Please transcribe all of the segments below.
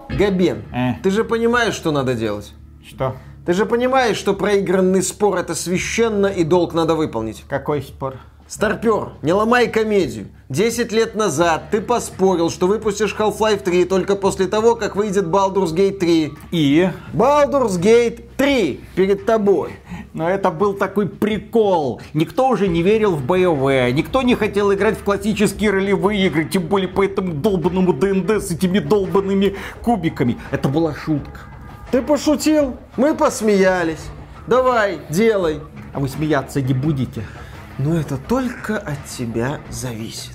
Габен, ты же понимаешь, что надо делать? Что? Ты же понимаешь, что проигранный спор это священно и долг надо выполнить? Какой спор? Старпер, не ломай комедию. 10 лет назад ты поспорил, что выпустишь Half-Life 3 только после того, как выйдет Baldur's Gate 3. И? Baldur's Gate 3 перед тобой. Но это был такой прикол. Никто уже не верил в BioWare. Никто не хотел играть в классические ролевые игры. Тем более по этому долбанному ДНД с этими долбанными кубиками. Это была шутка. Ты пошутил? Мы посмеялись. Давай, делай. А вы смеяться не будете? Но это только от тебя зависит.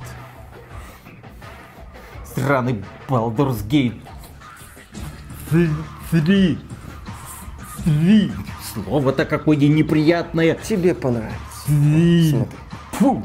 Сраный Baldur's Gate 3. Слово-то какое неприятное. Тебе понравится. Смотри. Фу.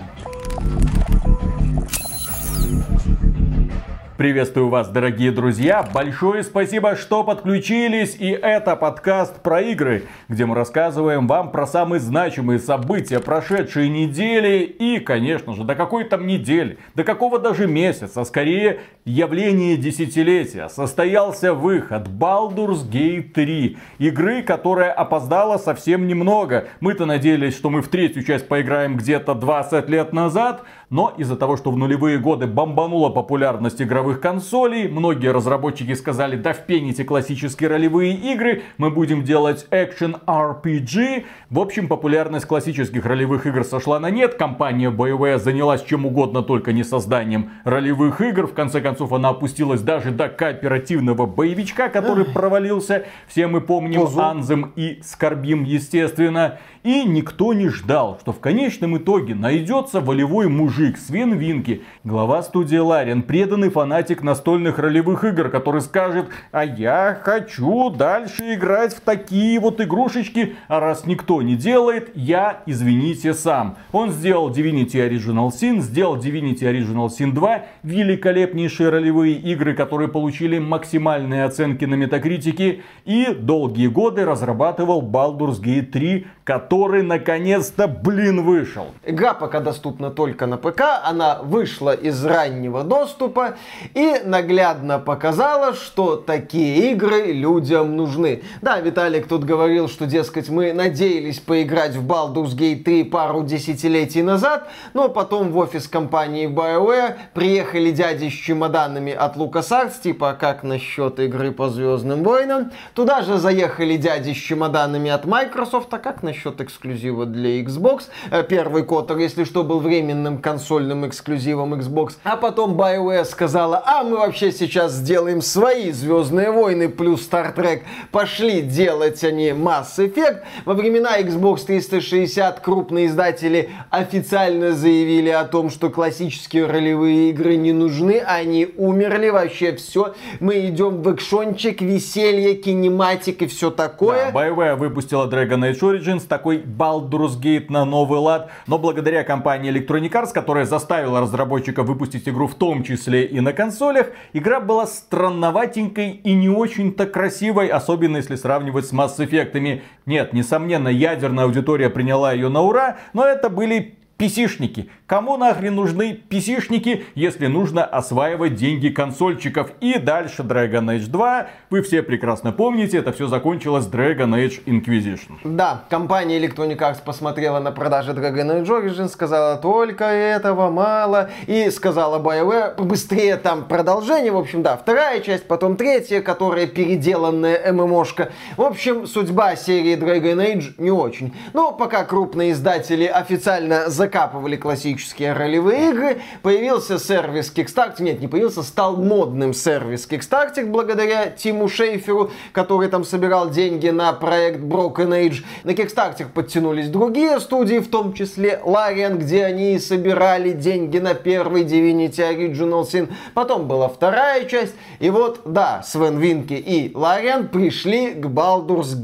Приветствую вас, дорогие друзья. Большое спасибо, что подключились. И это подкаст про игры, где мы рассказываем вам про самые значимые события прошедшей недели. И, конечно же, до какой там недели, до какого даже месяца, скорее явление десятилетия. Состоялся выход Baldur's Gate 3. Игры, которая опоздала совсем немного. Мы-то надеялись, что мы в третью часть поиграем где-то 20 лет назад. Но из-за того, что в нулевые годы бомбанула популярность игровых консолей, многие разработчики сказали: да впените классические ролевые игры, мы будем делать Action RPG. В общем, популярность классических ролевых игр сошла на нет. Компания BioWare занялась чем угодно, только не созданием ролевых игр. В конце концов, она опустилась даже до кооперативного боевичка, который провалился. Все мы помним Anthem и скорбим, естественно. И никто не ждал, что в конечном итоге найдется волевой мужик Свен Винки, глава студии Larian, преданный фанатик настольных ролевых игр, который скажет: а я хочу дальше играть в такие вот игрушечки, а раз никто не делает, я, извините, сам. Он сделал Divinity Original Sin, сделал Divinity Original Sin 2, великолепнейшие ролевые игры, которые получили максимальные оценки на Метакритике, и долгие годы разрабатывал Baldur's Gate 3, который наконец-то, вышел. Игра пока доступна только на ПК, она вышла из раннего доступа и наглядно показала, что такие игры людям нужны. Да, Виталик тут говорил, что, дескать, мы надеялись поиграть в Baldur's Gate 3 пару десятилетий назад, но потом в офис компании BioWare приехали дяди с чемоданами от LucasArts, типа, как насчет игры по Звездным войнам. Туда же заехали дяди с чемоданами от Microsoft, а как насчет эксклюзива для Xbox. Первый Котор, если что, был временным консольным эксклюзивом Xbox. А потом BioWare сказала: а мы вообще сейчас сделаем свои Звездные войны плюс Star Trek. Пошли делать они Mass Effect. Во времена Xbox 360 крупные издатели официально заявили о том, что классические ролевые игры не нужны, они умерли, вообще все. Мы идем в экшончик, веселье, кинематик и все такое. Да, BioWare выпустила Dragon Age Origins, такой Baldur's Gate на новый лад, но благодаря компании Electronic Arts, которая заставила разработчиков выпустить игру в том числе и на консолях, игра была странноватенькой и не очень-то красивой, особенно если сравнивать с Mass Effect'ами. Нет, несомненно, ядерная аудитория приняла ее на ура, но это были PC-шники. Кому нахрен нужны PC-шники, если нужно осваивать деньги консольщиков? И дальше Dragon Age 2. Вы все прекрасно помните, это все закончилось Dragon Age Inquisition. Да, компания Electronic Arts посмотрела на продажи Dragon Age Origins, сказала: только этого мало. И сказала BioWare: быстрее там продолжение. В общем, да, вторая часть, потом третья, которая переделанная ММОшка. В общем, судьба серии Dragon Age не очень. Но пока крупные издатели официально закапывали классические ролевые игры, появился сервис Kickstarter. Нет, не появился, стал модным сервис Kickstarter благодаря Тиму Шейферу, который там собирал деньги на проект Broken Age. На Kickstarter подтянулись другие студии, в том числе Larian, где они собирали деньги на первый Divinity Original Sin. Потом была вторая часть. И вот, да, Свен Винки и Larian пришли к Baldur's Gate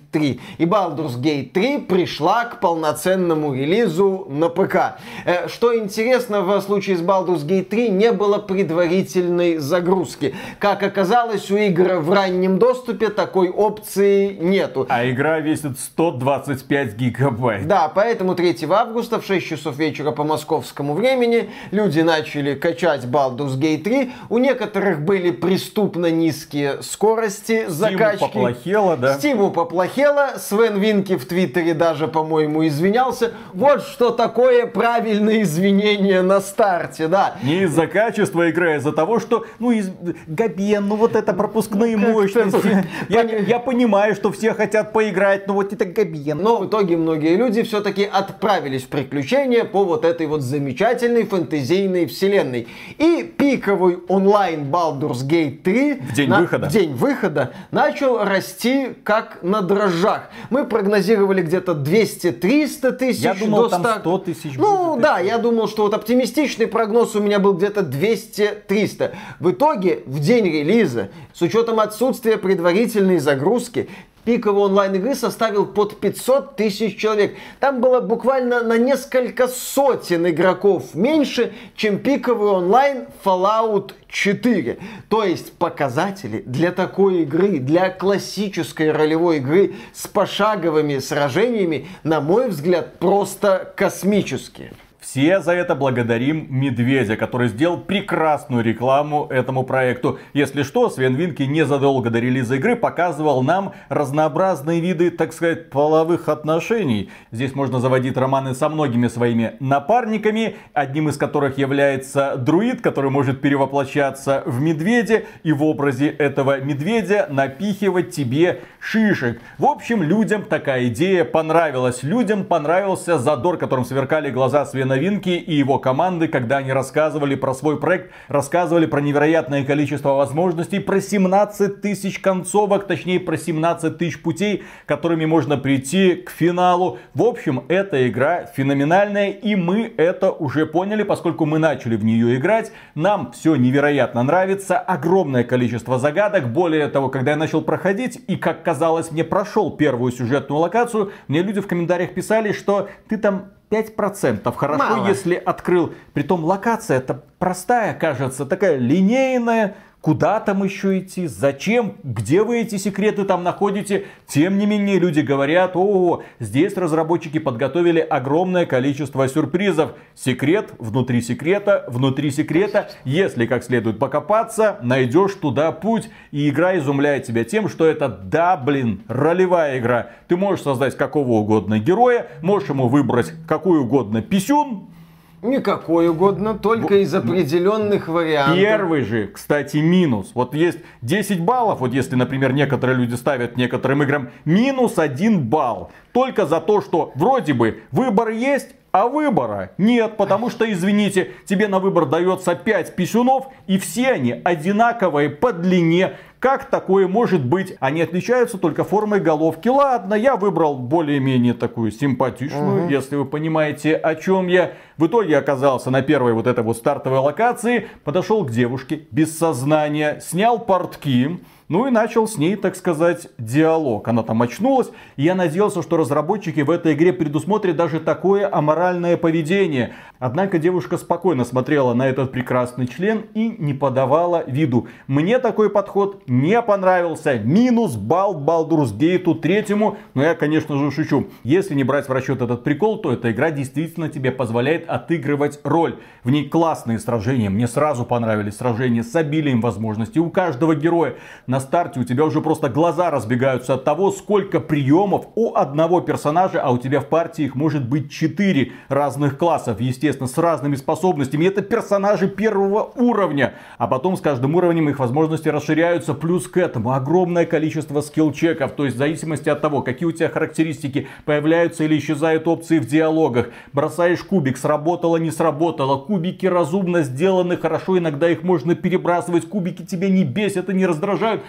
3. И Baldur's Gate 3 пришла к полноценному релизу на ПК. Что интересно, в случае с Baldur's Gate 3 не было предварительной загрузки. Как оказалось, у игр в раннем доступе такой опции нету. А игра весит 125 гигабайт. Да, поэтому 3 августа в 6 часов вечера по московскому времени люди начали качать Baldur's Gate 3. У некоторых были преступно низкие скорости закачки. Стиму поплохело, да? Стиму поплохело. Свен Винки в Твиттере даже, по-моему, извинялся. Вот что такое правильное извинение на старте, да. Не из-за качества игры, а из-за того, что, Габен, вот это пропускные мощности. Я понимаю, что все хотят поиграть, но вот это Габен. Но в итоге многие люди все-таки отправились в приключения по вот этой вот замечательной фэнтезийной вселенной. И пиковый онлайн Baldur's Gate 3 в день выхода начал расти как на дрожжах. Мы прогнозировали где-то 200-300 тысяч. Я думал, там 100 тысяч будет. Да, я думал, что вот оптимистичный прогноз у меня был где-то 200-300. В итоге, в день релиза, с учетом отсутствия предварительной загрузки, пиковый онлайн игры составил под 500 тысяч человек. Там было буквально на несколько сотен игроков меньше, чем пиковый онлайн Fallout 4. То есть показатели для такой игры, для классической ролевой игры с пошаговыми сражениями, на мой взгляд, просто космические. Все за это благодарим Медведя, который сделал прекрасную рекламу этому проекту. Если что, Свен Винки незадолго до релиза игры показывал нам разнообразные виды, так сказать, половых отношений. Здесь можно заводить романы со многими своими напарниками, одним из которых является друид, который может перевоплощаться в медведя и в образе этого медведя напихивать тебе шишек. В общем, людям такая идея понравилась. Людям понравился задор, которым сверкали глаза Свена Винки и его команды, когда они рассказывали про свой проект, рассказывали про невероятное количество возможностей, про 17 тысяч концовок, точнее про 17 тысяч путей, которыми можно прийти к финалу. В общем, эта игра феноменальная, и мы это уже поняли, поскольку мы начали в нее играть. Нам все невероятно нравится, огромное количество загадок. Более того, когда я начал проходить, и как казалось, мне прошел первую сюжетную локацию, мне люди в комментариях писали, что ты там 5%. Хорошо, мало, если открыл. Притом локация-то простая, кажется, такая линейная. Куда там еще идти? Зачем? Где вы эти секреты там находите? Тем не менее, люди говорят, здесь разработчики подготовили огромное количество сюрпризов. Секрет внутри секрета, внутри секрета. Если как следует покопаться, найдешь туда путь. И игра изумляет тебя тем, что это, ролевая игра. Ты можешь создать какого угодно героя, можешь ему выбрать какой угодно писюн. Никакой угодно, только из определенных вариантов. Первый же, кстати, минус. Вот есть 10 баллов, вот если, например, некоторые люди ставят некоторым играм минус 1 балл. Только за то, что вроде бы выбор есть, а выбора нет, потому что, извините, тебе на выбор дается 5 писюнов, и все они одинаковые по длине. Как такое может быть? Они отличаются только формой головки. Ладно, я выбрал более-менее такую симпатичную, если вы понимаете, о чем я. В итоге оказался на первой вот этой вот стартовой локации, подошел к девушке без сознания, снял портки. Ну и начал с ней, так сказать, диалог. Она там очнулась, и я надеялся, что разработчики в этой игре предусмотрят даже такое аморальное поведение. Однако девушка спокойно смотрела на этот прекрасный член и не подавала виду. Мне такой подход не понравился. Минус балл Baldur's Gate 3. Но я, конечно же, шучу. Если не брать в расчет этот прикол, то эта игра действительно тебе позволяет отыгрывать роль. В ней классные сражения. Мне сразу понравились сражения с обилием возможностей у каждого героя. На старте у тебя уже просто глаза разбегаются от того, сколько приемов у одного персонажа, а у тебя в партии их может быть 4 разных классов, естественно, с разными способностями. И это персонажи первого уровня. А потом с каждым уровнем их возможности расширяются. Плюс к этому огромное количество скилл-чеков. То есть в зависимости от того, какие у тебя характеристики, появляются или исчезают опции в диалогах. Бросаешь кубик, сработало, не сработало. Кубики разумно сделаны, хорошо, иногда их можно перебрасывать. Кубики тебя не бесят и не раздражают.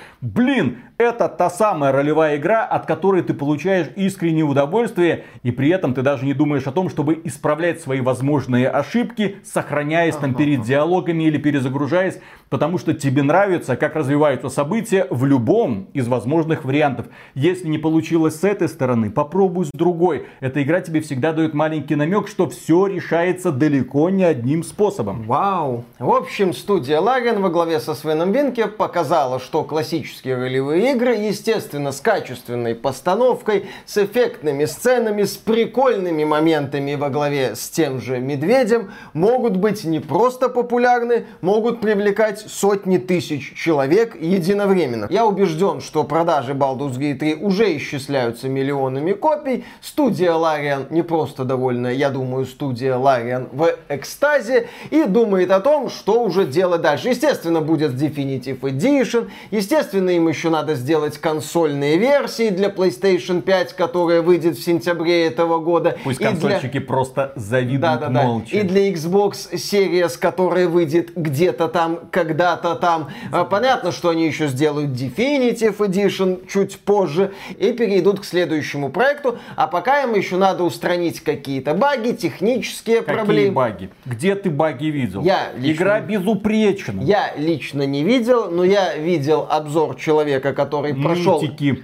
Это та самая ролевая игра, от которой ты получаешь искреннее удовольствие, и при этом ты даже не думаешь о том, чтобы исправлять свои возможные ошибки, сохраняясь там перед диалогами или перезагружаясь, потому что тебе нравится, как развиваются события в любом из возможных вариантов. Если не получилось с этой стороны, попробуй с другой. Эта игра тебе всегда дает маленький намек, что все решается далеко не одним способом. Вау! В общем, студия Larian во главе со Свеном Винке показала, что классические ролевые игры, естественно, с качественной постановкой, с эффектными сценами, с прикольными моментами во главе с тем же Медведем, могут быть не просто популярны, могут привлекать сотни тысяч человек единовременно. Я убежден, что продажи Baldur's Gate 3 уже исчисляются миллионами копий. Студия Larian не просто довольна, я думаю, студия Larian в экстазе и думает о том, что уже делать дальше. Естественно, будет Definitive Edition, естественно, им еще надо сделать консольные версии для PlayStation 5, которая выйдет в сентябре этого года. Пусть консольщики просто завидуют молча. И для Xbox Series, которая выйдет где-то там, когда-то там. Понятно, что они еще сделают Definitive Edition чуть позже и перейдут к следующему проекту. А пока им еще надо устранить какие-то баги, технические проблемы. Какие баги? Где ты баги видел? Игра безупречна. Я лично не видел, но я видел обзор человека, который прошел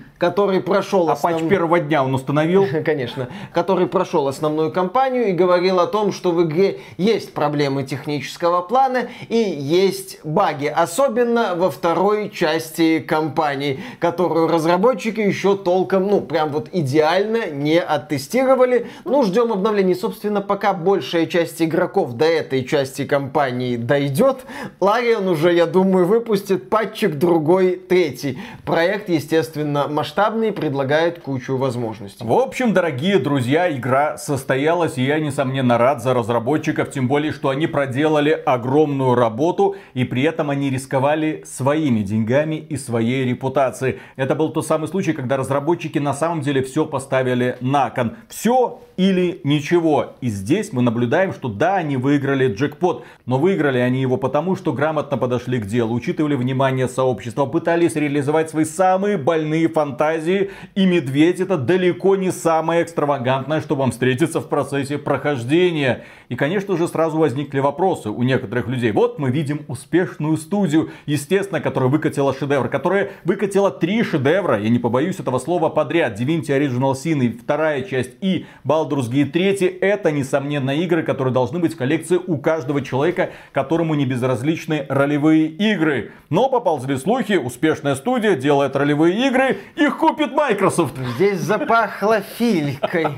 патч первого дня он установил? Конечно. Который прошел основную кампанию и говорил о том, что в игре есть проблемы технического плана и есть баги. Особенно во второй части кампании, которую разработчики еще толком, прям вот идеально не оттестировали. Ждем обновлений. Собственно, пока большая часть игроков до этой части кампании дойдет, Larian уже, я думаю, выпустит патчик другой, третий. Проект, естественно, масштабный, предлагает кучу возможностей. В общем, дорогие друзья, игра состоялась, и я, несомненно, рад за разработчиков, тем более, что они проделали огромную работу, и при этом они рисковали своими деньгами и своей репутацией. Это был тот самый случай, когда разработчики на самом деле все поставили на кон. Все или ничего. И здесь мы наблюдаем, что да, они выиграли джекпот, но выиграли они его потому, что грамотно подошли к делу, учитывали внимание сообщества, пытались реализовать свои самые больные фантазии, и Медведь это далеко не самое экстравагантное, что вам встретится в процессе прохождения. И, конечно же, сразу возникли вопросы у некоторых людей. Вот мы видим успешную студию, естественно, которая выкатила шедевр, которая выкатила 3 шедевра, я не побоюсь этого слова, подряд. Divinity Original Sin, вторая часть и Baldur's Gate 3. Это, несомненно, игры, которые должны быть в коллекции у каждого человека, которому не безразличны ролевые игры. Но поползли слухи, успешная студия делает ролевые игры, их купит Microsoft. Здесь запахло филькой.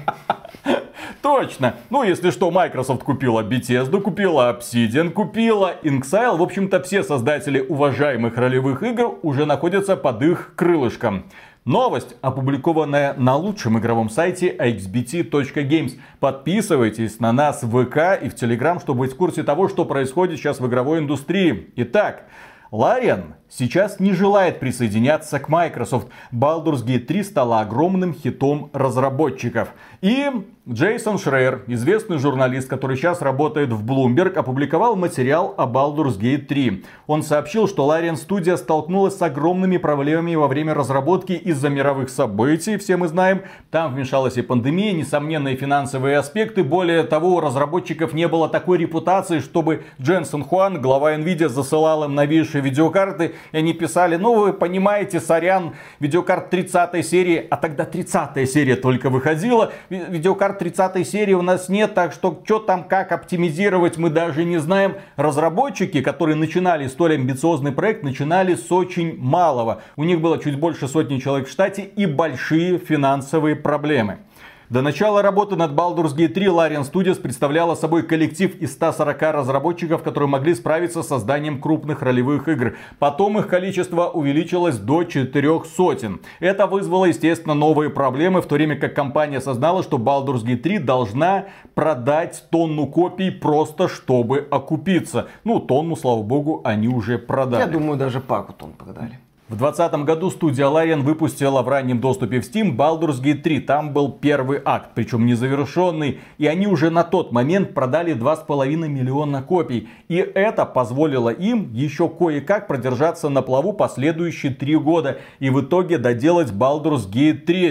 Точно. Если что, Microsoft купила Bethesda, купила Obsidian, купила Inxile. В общем-то, все создатели уважаемых ролевых игр уже находятся под их крылышком. Новость, опубликованная на лучшем игровом сайте axbt.games. Подписывайтесь на нас в ВК и в Telegram, чтобы быть в курсе того, что происходит сейчас в игровой индустрии. Итак, Larian сейчас не желает присоединяться к Microsoft. Baldur's Gate 3 стала огромным хитом разработчиков. И Джейсон Шрейер, известный журналист, который сейчас работает в Bloomberg, опубликовал материал о Baldur's Gate 3. Он сообщил, что Larian Studio столкнулась с огромными проблемами во время разработки из-за мировых событий, все мы знаем. Там вмешалась и пандемия, несомненные финансовые аспекты. Более того, у разработчиков не было такой репутации, чтобы Дженсен Хуан, глава Nvidia, засылал им новейшие видеокарты. И они писали: вы понимаете, сорян, видеокарт 30 серии, а тогда 30 серия только выходила. Видеокарт 30 серии у нас нет, так что там как оптимизировать мы даже не знаем. Разработчики, которые начинали столь амбициозный проект, начинали с очень малого. У них было чуть больше сотни человек в штате и большие финансовые проблемы. До начала работы над Baldur's Gate 3 Larian Studios представляла собой коллектив из 140 разработчиков, которые могли справиться с созданием крупных ролевых игр. Потом их количество увеличилось до 400. Это вызвало, естественно, новые проблемы, в то время как компания осознала, что Baldur's Gate 3 должна продать 1 000 копий просто чтобы окупиться. 1 000, слава богу, они уже продали. Я думаю, даже пару тонн продали. В 2020 году студия Larian выпустила в раннем доступе в Steam Baldur's Gate 3. Там был первый акт, причем незавершенный. И они уже на тот момент продали 2,5 миллиона копий. И это позволило им еще кое-как продержаться на плаву последующие 3 года. И в итоге доделать Baldur's Gate 3.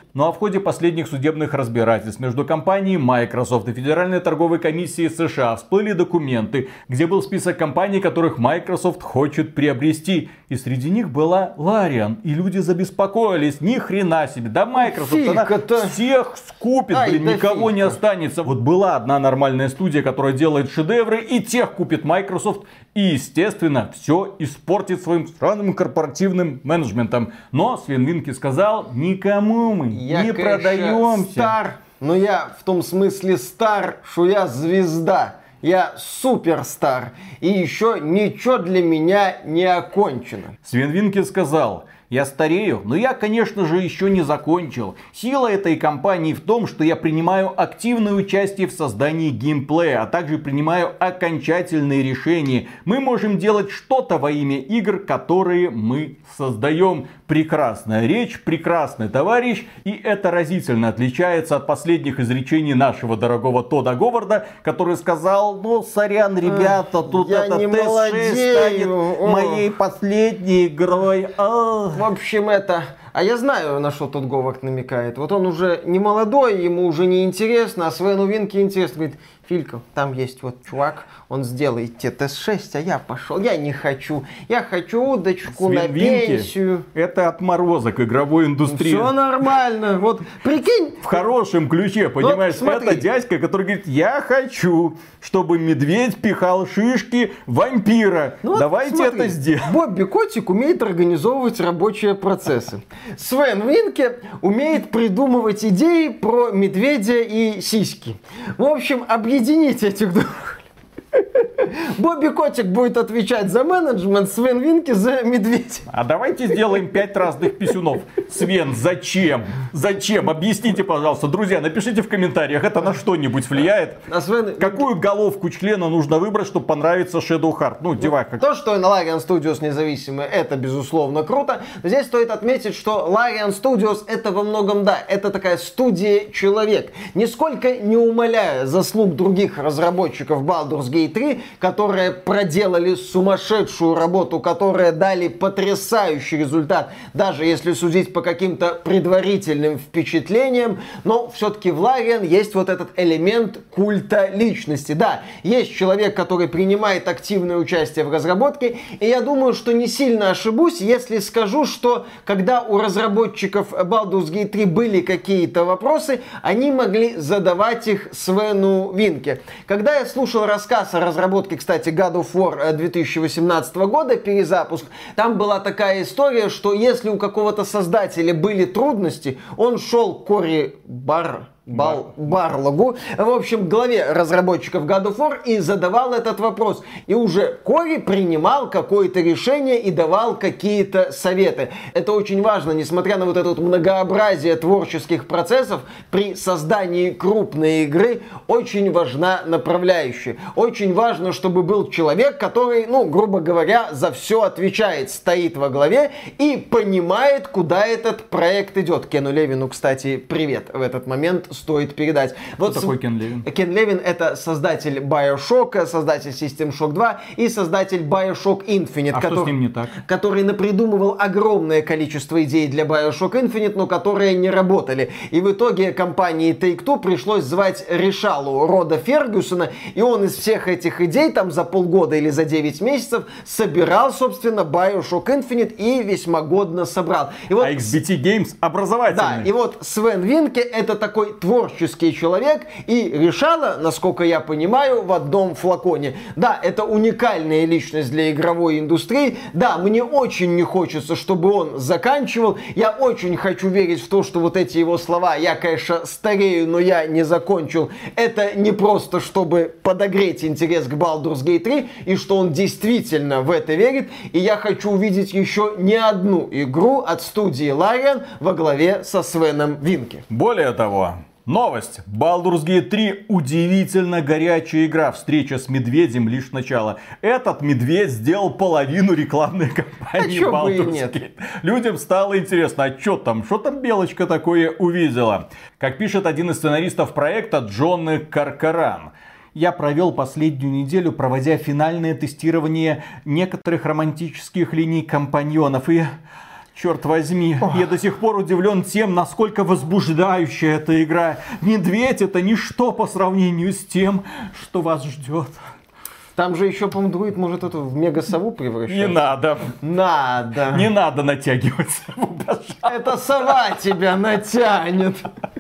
Ну а в ходе последних судебных разбирательств между компанией Microsoft и Федеральной торговой комиссией США всплыли документы, где был список компаний, которых Microsoft хочет приобрести. И среди них была Larian. И люди забеспокоились. Ни хрена себе. Да Microsoft, она всех скупит, никого не останется. Вот была одна нормальная студия, которая делает шедевры, и тех купит Microsoft. И, естественно, все испортит своим странным корпоративным менеджментом. Но Свен Винке сказал, никому мы не продаемся. Стар, но я в том смысле стар, что я звезда. Я суперстар. И еще ничего для меня не окончено. Свен Винке сказал, я старею, но я, конечно же, еще не закончил. Сила этой компании в том, что я принимаю активное участие в создании геймплея, а также принимаю окончательные решения. Мы можем делать что-то во имя игр, которые мы создаем. Прекрасная речь, прекрасный товарищ, и это разительно отличается от последних изречений нашего дорогого Тодда Говарда, который сказал, ну, сорян, ребята, тут этот TS6 станет моей последней игрой. В общем, А я знаю, на что тот Говард намекает. Вот он уже не молодой, ему уже не интересно, а Свену Винке интересно. Говорит, Филька, там есть вот чувак, он сделает тебе ТС-6, а я пошел. Я не хочу. Я хочу удочку на пенсию. Это отморозок игровой индустрии. Все нормально. Вот прикинь. В хорошем ключе, понимаешь? Вот, это дядька, который говорит, я хочу, чтобы медведь пихал шишки вампира. Ну, давайте смотри, это сделаем. Бобби Котик умеет организовывать рабочие процессы. Свен Винке умеет придумывать идеи про медведя и сиськи. В общем, объединить этих двух. Бобби Котик будет отвечать за менеджмент, Свен Винке за медведя. А давайте сделаем 5 разных писюнов. Свен, зачем? Зачем? Объясните, пожалуйста. Друзья, напишите в комментариях, это на что-нибудь влияет? Какую головку члена нужно выбрать, чтобы понравиться Shadow Heart? Ну, девак. То, что Larian Studios независимые, это безусловно круто. Но здесь стоит отметить, что Larian Studios это во многом, да, это такая студия-человек. Нисколько не умаляя заслуг других разработчиков Baldur's Gate 3, которые проделали сумасшедшую работу, которые дали потрясающий результат, даже если судить по каким-то предварительным впечатлениям, но все-таки в Larian есть вот этот элемент культа личности. Да, есть человек, который принимает активное участие в разработке, и я думаю, что не сильно ошибусь, если скажу, что когда у разработчиков Baldur's Gate 3 были какие-то вопросы, они могли задавать их Свену Винке. Когда я слушал рассказ о разработке, кстати, God of War 2018 года, перезапуск, там была такая история, что если у какого-то создателя были трудности, он шел к Кори Барлогу, в общем, к главе разработчиков God of War и задавал этот вопрос. И уже Кори принимал какое-то решение и давал какие-то советы. Это очень важно, несмотря на вот это вот многообразие творческих процессов, при создании крупной игры очень важна направляющая. Очень важно, чтобы был человек, который, ну, грубо говоря, за все отвечает, стоит во главе и понимает, куда этот проект идет. Кену Левину, кстати, привет в этот момент стоит передать. Кто такой Кен Левин? Кен Левин это создатель Bioshock, создатель System Shock 2 и создатель Bioshock Infinite, что с ним не так? Который напридумывал огромное количество идей для Bioshock Infinite, но которые не работали. И в итоге компании Take-Two пришлось звать решалу Рода Фергюсона, и он из всех этих идей там за полгода или за 9 месяцев собирал, собственно, Bioshock Infinite и весьма годно собрал. И вот, XBT Games образовательный. Да, и вот Свен Винке это такой творческий человек, и решала, насколько я понимаю, в одном флаконе. Да, это уникальная личность для игровой индустрии. Да, мне очень не хочется, чтобы он заканчивал. Я очень хочу верить в то, что вот эти его слова, я, конечно, старею, но я не закончил. Это не просто, чтобы подогреть интерес к Baldur's Gate 3, и что он действительно в это верит. И я хочу увидеть еще не одну игру от студии Larian во главе со Свеном Винке. Более того, новость. Baldur's Gate 3 удивительно горячая игра. Встреча с медведем лишь начало. Этот медведь сделал половину рекламной кампании Baldur's Gate. Людям стало интересно, а что там белочка такое увидела? Как пишет один из сценаристов проекта Джон Каркаран. Я провел последнюю неделю, проводя финальное тестирование некоторых романтических линий компаньонов. И, Черт возьми, я до сих пор удивлен тем, насколько возбуждающая эта игра. Медведь — это ничто по сравнению с тем, что вас ждет. Там же еще, по-моему, друид может эту в мегасову превращать. Не надо. Надо. Не надо натягиваться. Это сова тебя натянет.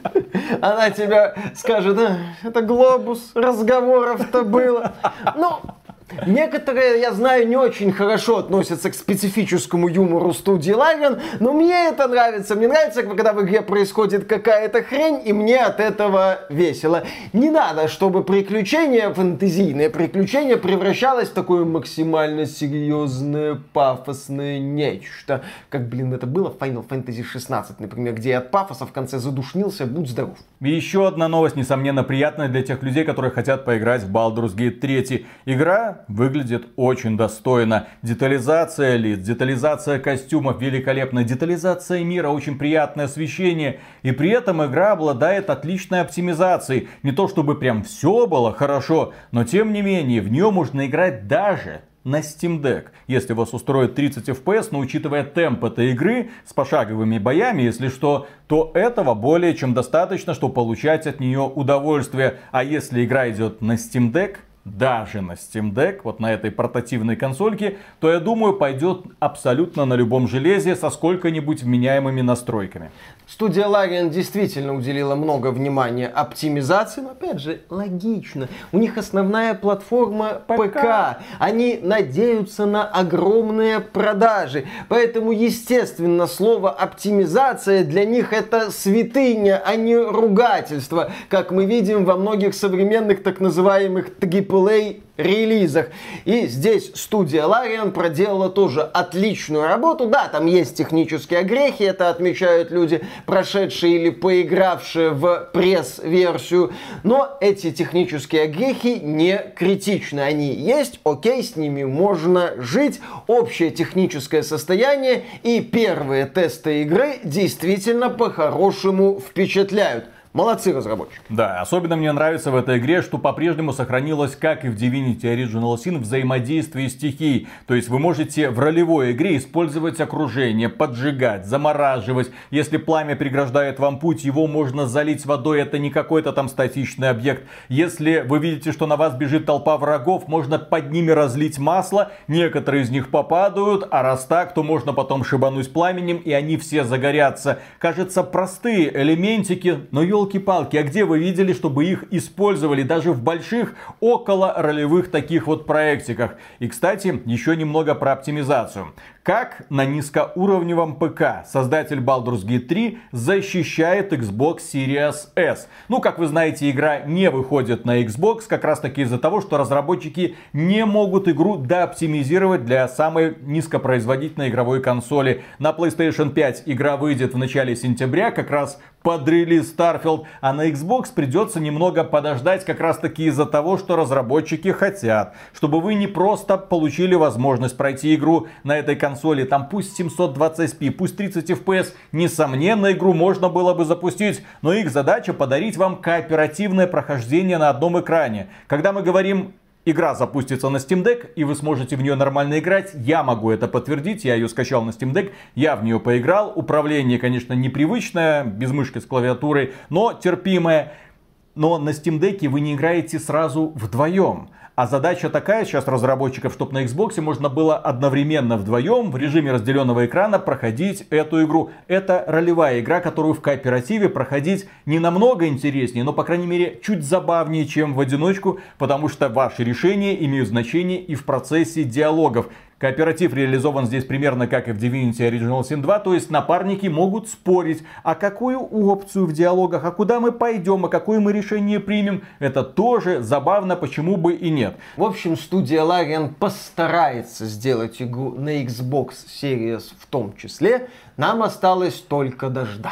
Она тебя скажет: это глобус, разговоров-то было. Ну, некоторые, я знаю, не очень хорошо относятся к специфическому юмору студии Larian, но мне это нравится. Мне нравится, когда в игре происходит какая-то хрень, и мне от этого весело. Не надо, чтобы приключение, фэнтезийное приключение, превращалось в такое максимально серьезное, пафосное нечто. Как, это было в Final Fantasy 16, например, где я от пафоса в конце задушнился, будь здоров. И еще одна новость, несомненно, приятная для тех людей, которые хотят поиграть в Baldur's Gate 3. Игра выглядит очень достойно. Детализация лиц, детализация костюмов великолепная, детализация мира, очень приятное освещение. И при этом игра обладает отличной оптимизацией. Не то чтобы прям все было хорошо, но тем не менее в нее можно играть даже на Steam Deck. Если вас устроит 30 FPS, но учитывая темп этой игры с пошаговыми боями, если что, то этого более чем достаточно, чтобы получать от нее удовольствие. А если игра идет на Steam Deck, даже на Steam Deck, вот на этой портативной консольке, то, я думаю, пойдет абсолютно на любом железе со сколько-нибудь вменяемыми настройками. Студия Larian действительно уделила много внимания оптимизации, но опять же, логично. У них основная платформа ПК. Они надеются на огромные продажи. Поэтому, естественно, слово оптимизация для них это святыня, а не ругательство, как мы видим во многих современных так называемых AAA релизах. И здесь студия Larian проделала тоже отличную работу. Да, там есть технические огрехи, это отмечают люди, прошедшие или поигравшие в пресс-версию. Но эти технические огрехи не критичны. Они есть, окей, с ними можно жить. Общее техническое состояние и первые тесты игры действительно по-хорошему впечатляют. Молодцы разработчики. Да, особенно мне нравится в этой игре, что по-прежнему сохранилось, как и в Divinity Original Sin, взаимодействие стихий. То есть вы можете в ролевой игре использовать окружение, поджигать, замораживать. Если пламя преграждает вам путь, его можно залить водой, это не какой-то там статичный объект. Если вы видите, что на вас бежит толпа врагов, можно под ними разлить масло, некоторые из них попадают, а раз так, то можно потом шибануть пламенем, и они все загорятся. Кажется, простые элементики, но елки-палки, а где вы видели, чтобы их использовали даже в больших около ролевых таких вот проектиках? И, кстати, еще немного про оптимизацию. Как на низкоуровневом ПК создатель Baldur's Gate 3 защищает Xbox Series S? Ну, как вы знаете, игра не выходит на Xbox как раз таки из-за того, что разработчики не могут игру дооптимизировать для самой низкопроизводительной игровой консоли. На PlayStation 5 игра выйдет в начале сентября, как раз под релиз Starfield, а на Xbox придется немного подождать как раз таки из-за того, что разработчики хотят, чтобы вы не просто получили возможность пройти игру на этой консоли, там пусть 720p, пусть 30 FPS, несомненно, игру можно было бы запустить, но их задача подарить вам кооперативное прохождение на одном экране. Когда мы говорим игра запустится на Steam Deck, и вы сможете в нее нормально играть. Я могу это подтвердить, я ее скачал на Steam Deck, я в нее поиграл. Управление, конечно, непривычное, без мышки с клавиатурой, но терпимое. Но на Steam Deck вы не играете сразу вдвоем. А задача такая сейчас разработчиков, чтобы на Xbox можно было одновременно вдвоем в режиме разделенного экрана проходить эту игру. Это ролевая игра, которую в кооперативе проходить не намного интереснее, но, по крайней мере, чуть забавнее, чем в одиночку, потому что ваши решения имеют значение и в процессе диалогов. Кооператив реализован здесь примерно как и в Divinity Original Sin 2, то есть напарники могут спорить, а какую опцию в диалогах, а куда мы пойдем, а какое мы решение примем. Это тоже забавно, почему бы и нет. В общем, студия Larian постарается сделать игру на Xbox Series в том числе. Нам осталось только дождаться.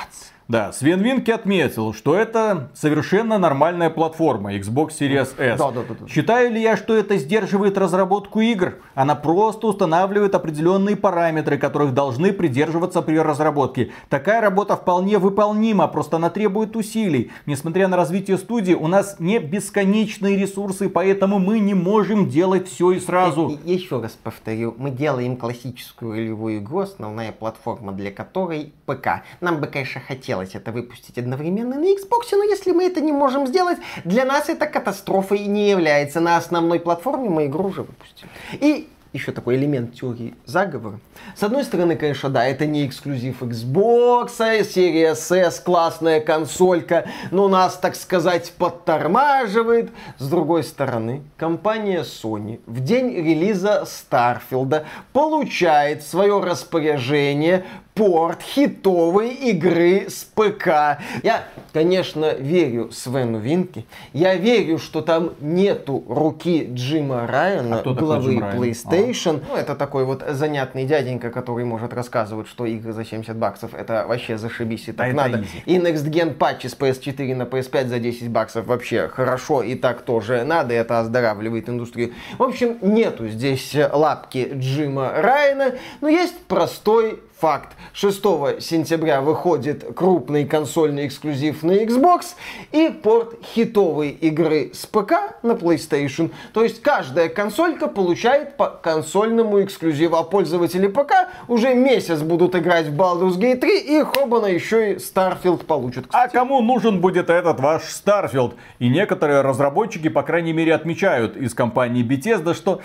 Да, Свен Винки отметил, что это совершенно нормальная платформа Xbox Series S. Да. Считаю ли я, что это сдерживает разработку игр? Она просто устанавливает определенные параметры, которых должны придерживаться при разработке. Такая работа вполне выполнима, просто она требует усилий. Несмотря на развитие студии, у нас не бесконечные ресурсы, поэтому мы не можем делать все и сразу. Еще раз повторю, мы делаем классическую ролевую игру, основная платформа для которой ПК. Нам бы, конечно, хотелось это выпустить одновременно на Xbox, но если мы это не можем сделать, для нас это катастрофой не является. На основной платформе мы игру уже выпустим. И еще такой элемент теории заговора. С одной стороны, конечно, да, это не эксклюзив Xbox, Series S, классная консолька, но нас, так сказать, подтормаживает. С другой стороны, компания Sony в день релиза Starfield получает в свое распоряжение порт хитовой игры с ПК. Я, конечно, верю Свену Винки. Я верю, что там нету руки Джима Райана, главы PlayStation. Ну, это такой вот занятный дяденька, который может рассказывать, что игры за $70 это вообще зашибись и так надо. И Next Gen патчи с PS4 на PS5 за $10 вообще хорошо и так тоже надо. Это оздоравливает индустрию. В общем, нету здесь лапки Джима Райана, но есть простой факт. 6 сентября выходит крупный консольный эксклюзив на Xbox и порт хитовой игры с ПК на PlayStation. То есть каждая консолька получает по консольному эксклюзиву, а пользователи ПК уже месяц будут играть в Baldur's Gate 3 и хобана еще и Starfield получат. Кстати. А кому нужен будет этот ваш Starfield? И некоторые разработчики, по крайней мере, отмечают из компании Bethesda, что,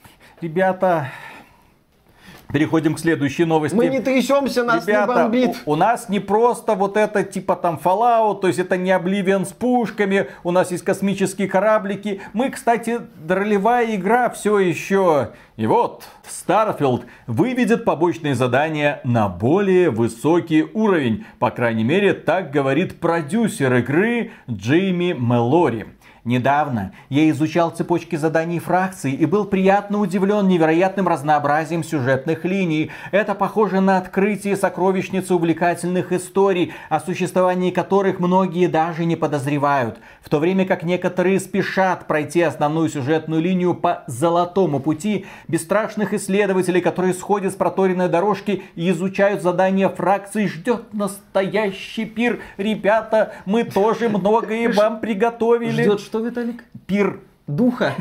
ребята... Переходим к следующей новости. Мы не трясемся, нас Ребята, не бомбит. У нас не просто вот это типа там Fallout, то есть это не Oblivion с пушками, у нас есть космические кораблики. Мы, кстати, ролевая игра все еще. И вот, Starfield выведет побочные задания на более высокий уровень. По крайней мере, так говорит продюсер игры Джейми Мэлори. Недавно я изучал цепочки заданий фракций и был приятно удивлен невероятным разнообразием сюжетных линий. Это похоже на открытие сокровищницы увлекательных историй, о существовании которых многие даже не подозревают. В то время как некоторые спешат пройти основную сюжетную линию по золотому пути, бесстрашных исследователей, которые сходят с проторенной дорожки и изучают задания фракций, ждет настоящий пир. Ребята, мы тоже многое вам приготовили. Ждет что, Виталик? Пир духа.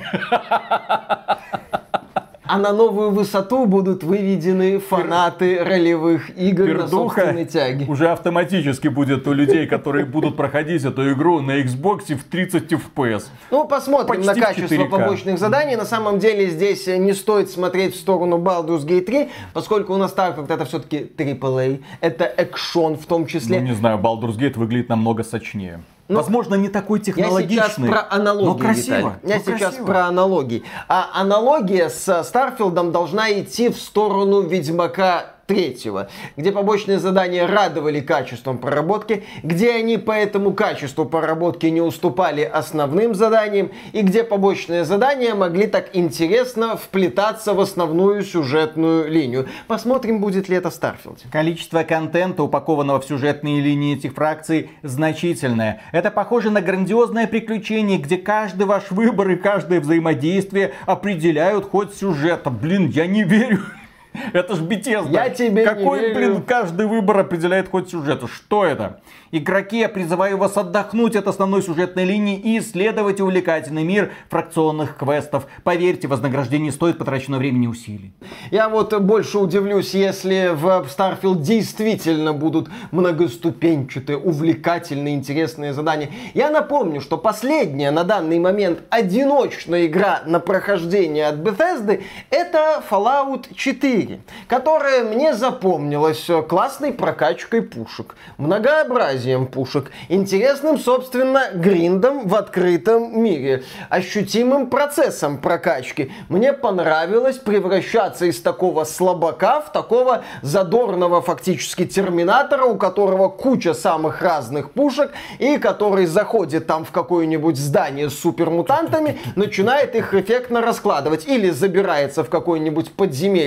А на новую высоту будут выведены фанаты ролевых игр на собственной тяге. Уже автоматически будет у людей, которые будут проходить эту игру на Xbox в 30 FPS. Ну, посмотрим на качество побочных заданий. На самом деле здесь не стоит смотреть в сторону Baldur's Gate 3, поскольку у нас Starfield это все-таки AAA, это экшон в том числе. Ну, не знаю, Baldur's Gate выглядит намного сочнее. Возможно, не такой технологичный, я сейчас про аналогии, но красиво. Я сейчас про аналогии. А аналогия с Старфилдом должна идти в сторону Ведьмака 3, где побочные задания радовали качеством проработки, где они по этому качеству проработки не уступали основным заданиям, и где побочные задания могли так интересно вплетаться в основную сюжетную линию. Посмотрим, будет ли это в Старфилде. Количество контента, упакованного в сюжетные линии этих фракций, значительное. Это похоже на грандиозное приключение, где каждый ваш выбор и каждое взаимодействие определяют ход сюжета. Блин, я не верю. Это ж Bethesda. Я тебе Какой, не верю. блин, каждый выбор определяет ход сюжета? Что это? Игроки, я призываю вас отдохнуть от основной сюжетной линии и исследовать увлекательный мир фракционных квестов. Поверьте, вознаграждение стоит потраченного времени и усилий. Я вот больше удивлюсь, если в Starfield действительно будут многоступенчатые, увлекательные, интересные задания. Я напомню, что последняя на данный момент одиночная игра на прохождение от Bethesda это Fallout 4, которая мне запомнилась классной прокачкой пушек, многообразием пушек, интересным, собственно, гриндом в открытом мире, ощутимым процессом прокачки. Мне понравилось превращаться из такого слабака в такого задорного фактически терминатора, у которого куча самых разных пушек, и который заходит там в какое-нибудь здание с супермутантами, начинает их эффектно раскладывать, или забирается в какое-нибудь подземелье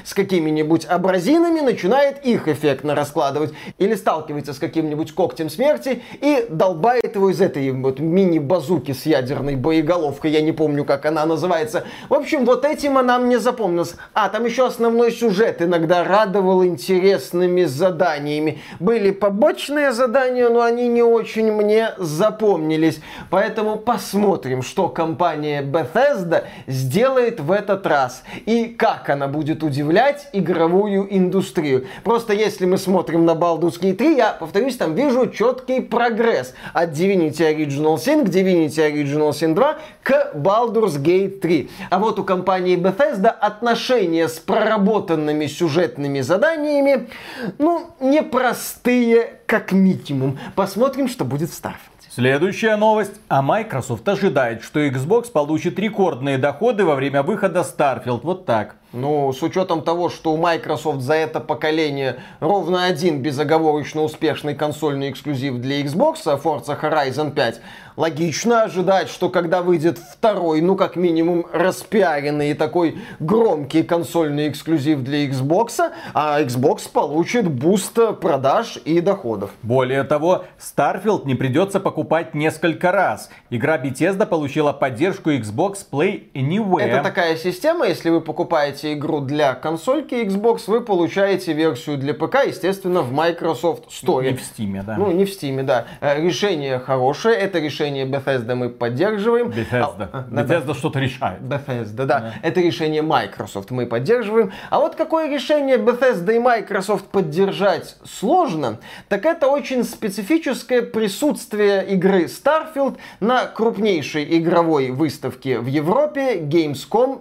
с какими-нибудь абразинами, начинает их эффектно раскладывать. Или сталкивается с каким-нибудь когтем смерти и долбает его из этой вот мини-базуки с ядерной боеголовкой. Я не помню, как она называется. В общем, вот этим она мне запомнилась. А, там еще основной сюжет иногда радовал интересными заданиями. Были побочные задания, но они не очень мне запомнились. Поэтому посмотрим, что компания Bethesda сделает в этот раз. И как она будет удивлять игровую индустрию. Просто если мы смотрим на Baldur's Gate 3, я, повторюсь, там вижу четкий прогресс. От Divinity Original Sin к Divinity Original Sin 2 к Baldur's Gate 3. А вот у компании Bethesda отношения с проработанными сюжетными заданиями, ну, непростые как минимум. Посмотрим, что будет в Starfield. Следующая новость. А Microsoft ожидает, что Xbox получит рекордные доходы во время выхода Starfield. Вот так. Ну, с учетом того, что у Microsoft за это поколение ровно один безоговорочно успешный консольный эксклюзив для Xbox, Forza Horizon 5, логично ожидать, что когда выйдет второй, ну, как минимум, распиаренный и такой громкий консольный эксклюзив для Xbox, а Xbox получит буст продаж и доходов. Более того, Starfield не придется покупать несколько раз. Игра Bethesda получила поддержку Xbox Play Anywhere. Это такая система, если вы покупаете игру для консольки Xbox, вы получаете версию для ПК, естественно, в Microsoft Store. Не в Steam, да. Ну, не в Steam, да. Решение хорошее, это решение Bethesda мы поддерживаем. Bethesda что-то решает. Bethesda, да. Это решение Microsoft мы поддерживаем. А вот какое решение Bethesda и Microsoft поддержать сложно, так это очень специфическое присутствие игры Starfield на крупнейшей игровой выставке в Европе Gamescom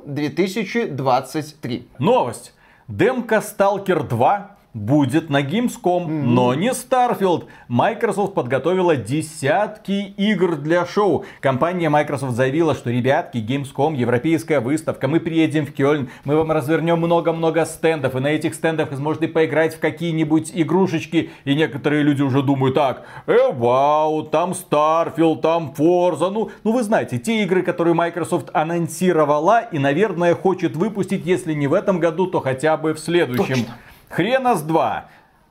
2023. Новость. Демка Stalker 2 будет на Gamescom, но не Starfield. Microsoft подготовила десятки игр для шоу. Компания Microsoft заявила, что, ребятки, Gamescom, европейская выставка, мы приедем в Кёльн, мы вам развернем много-много стендов, и на этих стендах вы сможете поиграть в какие-нибудь игрушечки. И некоторые люди уже думают так: вау, там Starfield, там Forza. Ну, вы знаете, те игры, которые Microsoft анонсировала и, наверное, хочет выпустить, если не в этом году, то хотя бы в следующем. Точно. Хренас 2,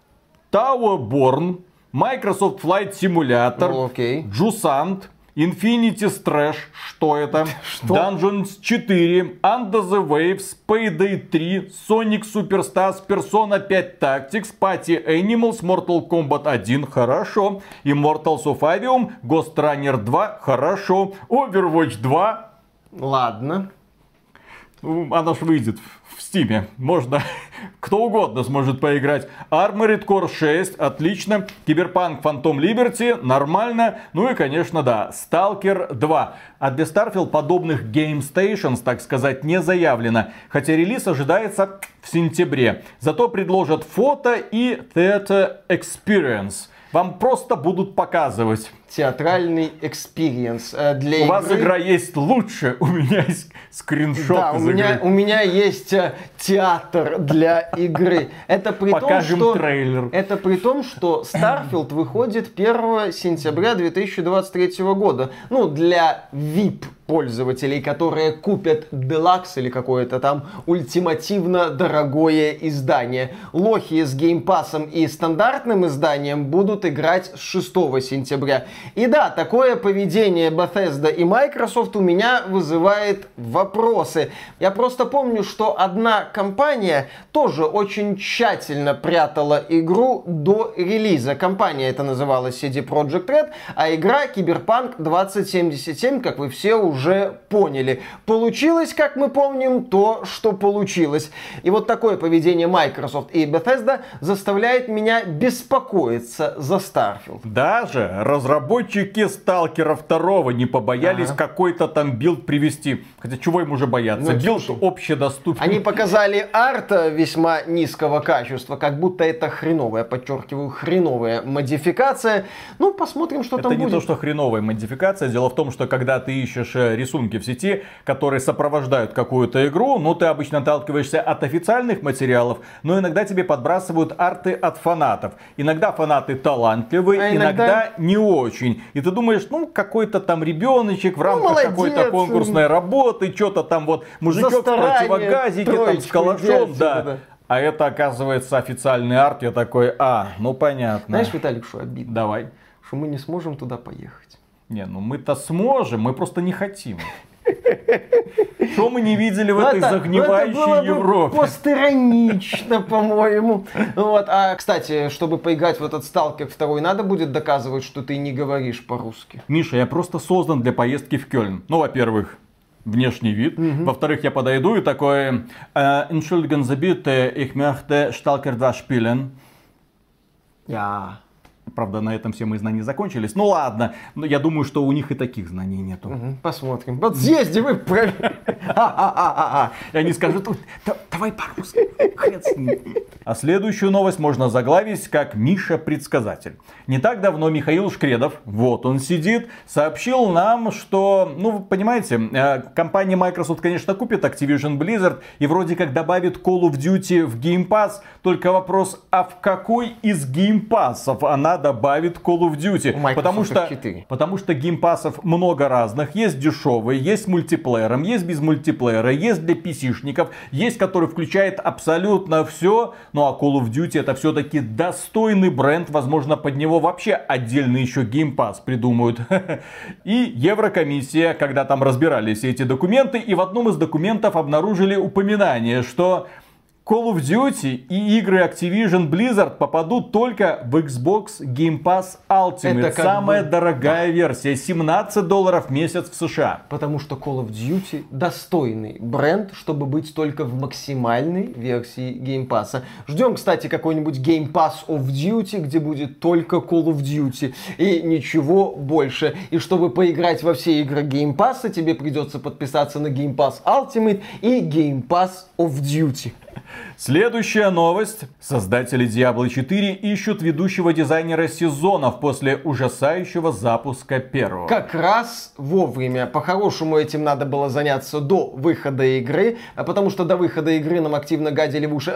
Towerborn, Microsoft Flight Simulator, Jusant, Infinity Strash, что это? Dungeons 4, Under the Waves, Payday 3, Sonic Superstars, Persona 5 Tactics, Party Animals, Mortal Kombat 1, хорошо, Immortals of Avium, Ghost Runner 2, хорошо, Overwatch 2. Ладно. Она ж выйдет в Стиме. Можно, кто угодно сможет поиграть. Armored Core 6, отлично. Cyberpunk Phantom Liberty, нормально. Ну и, конечно, да, Stalker 2. А для Starfield подобных Game Stations, так сказать, не заявлено. Хотя релиз ожидается в сентябре. Зато предложат фото и Theater Experience. Вам просто будут показывать. Театральный экспириенс для игры. У вас игры... игра есть лучше, у меня есть скриншот из игры. У меня есть театр для игры. Это при Покажем том, что, трейлер. Это при том, что Starfield выходит 1 сентября 2023 года. Ну, для VIP пользователей, которые купят Deluxe или какое-то там ультимативно дорогое издание. Лохи с геймпасом и стандартным изданием будут играть с 6 сентября. И да, такое поведение Bethesda и Microsoft у меня вызывает вопросы. Я просто помню, что одна компания тоже очень тщательно прятала игру до релиза. Компания это называлась CD Projekt Red, а игра Cyberpunk 2077, как вы все уже поняли. Получилось, как мы помним, то, что получилось. И вот такое поведение Microsoft и Bethesda заставляет меня беспокоиться за Starfield. Даже разработчики Сталкера 2 не побоялись какой-то там билд привести. Хотя чего им уже бояться? Ну, билд общедоступный. Они показали арт весьма низкого качества, как будто это хреновая, подчеркиваю, хреновая модификация. Ну, посмотрим, что там будет. Это не то, что хреновая модификация. Дело в том, что когда ты ищешь рисунки в сети, которые сопровождают какую-то игру. Ну, ты обычно отталкиваешься от официальных материалов, но иногда тебе подбрасывают арты от фанатов. Иногда фанаты талантливые, а иногда не очень. И ты думаешь, ну, какой-то там ребеночек в рамках какой-то конкурсной работы, что-то там вот мужичок в противогазике там с калашом, да. А это, оказывается, официальный арт. Я такой, ну понятно. Знаешь, Виталик, что обидно? Давай. Что мы не сможем туда поехать. Не, ну мы-то сможем, мы просто не хотим. Что мы не видели в этой загнивающей Европе? Постиронично, по-моему. Вот. А, кстати, чтобы поиграть в этот Сталкер 2, надо будет доказывать, что ты не говоришь по-русски. Миша, я просто создан для поездки в Кёльн. Ну, во-первых, внешний вид. Во-вторых, я подойду и такой: Entschuldigen Sie bitte, ich möchte Stalker 2 spielen. Правда, на этом все мои знания закончились. Ну ладно, но я думаю, что у них и таких знаний нету. Посмотрим. Вот съезди вы. И они скажут: давай по-русски. Хрен с ним. А следующую новость можно заглавить как «Миша-предсказатель». Не так давно Михаил Шкредов, вот он сидит, сообщил нам, что, ну, вы понимаете, компания Microsoft, конечно, купит Activision Blizzard и вроде как добавит Call of Duty в Game Pass. Только вопрос, а в какой из Game Pass'ов она добавит Call of Duty? Потому что Game Pass'ов много разных. Есть дешевые, есть с мультиплеером, есть без мультиплеера, есть для PC-шников, есть, который включает абсолютно все. Ну а Call of Duty это все-таки достойный бренд. Возможно, под него вообще отдельный еще Game Pass придумают. И Еврокомиссия, когда там разбирали все эти документы, и в одном из документов обнаружили упоминание, что Call of Duty и игры Activision Blizzard попадут только в Xbox Game Pass Ultimate. Это самая дорогая версия. $17 в месяц в США. Потому что Call of Duty достойный бренд, чтобы быть только в максимальной версии Game Pass. Ждем, кстати, какой-нибудь Game Pass of Duty, где будет только Call of Duty и ничего больше. И чтобы поиграть во все игры Game Pass, тебе придется подписаться на Game Pass Ultimate и Game Pass of Duty. Следующая новость. Создатели Diablo 4 ищут ведущего дизайнера сезонов после ужасающего запуска первого. Как раз вовремя. По-хорошему этим надо было заняться до выхода игры, потому что до выхода игры нам активно гадили в уши,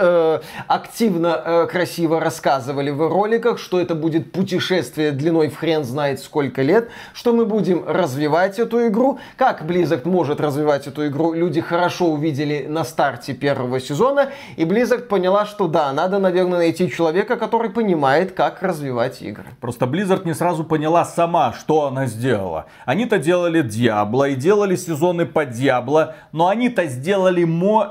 красиво рассказывали в роликах, что это будет путешествие длиной в хрен знает сколько лет, что мы будем развивать эту игру. Как Blizzard может развивать эту игру, люди хорошо увидели на старте первого сезона. И Blizzard поняла, что да, надо, наверное, найти человека, который понимает, как развивать игры. Просто Blizzard не сразу поняла сама, что она сделала. Они-то делали Diablo и делали сезоны по Diablo, но они-то сделали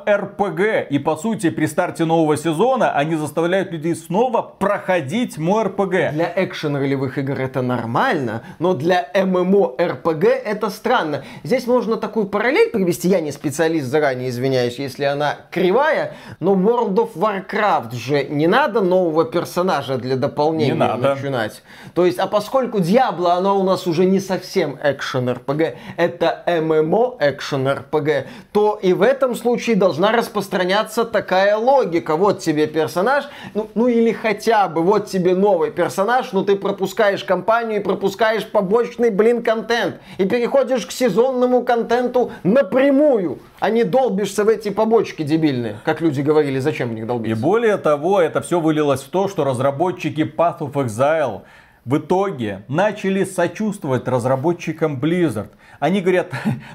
мо-РПГ. И по сути, при старте нового сезона они заставляют людей снова проходить мо-РПГ. Для экшен-ролевых игр это нормально, но для ММО-РПГ это странно. Здесь можно такую параллель привести, я не специалист, заранее извиняюсь, если она кривая, но World of Warcraft же не надо нового персонажа для дополнения начинать. То есть, а поскольку Diablo, она у нас уже не совсем экшен-РПГ, это ММО экшен-РПГ, то и в этом случае должна распространяться такая логика. Вот тебе персонаж, ну или хотя бы вот тебе новый персонаж, но ты пропускаешь кампанию и пропускаешь побочный, контент. И переходишь к сезонному контенту напрямую, а не долбишься в эти побочки дебильные, как люди говорили, зачем в них долбиться. И более того, это все вылилось в то, что разработчики Path of Exile в итоге начали сочувствовать разработчикам Blizzard. Они говорят,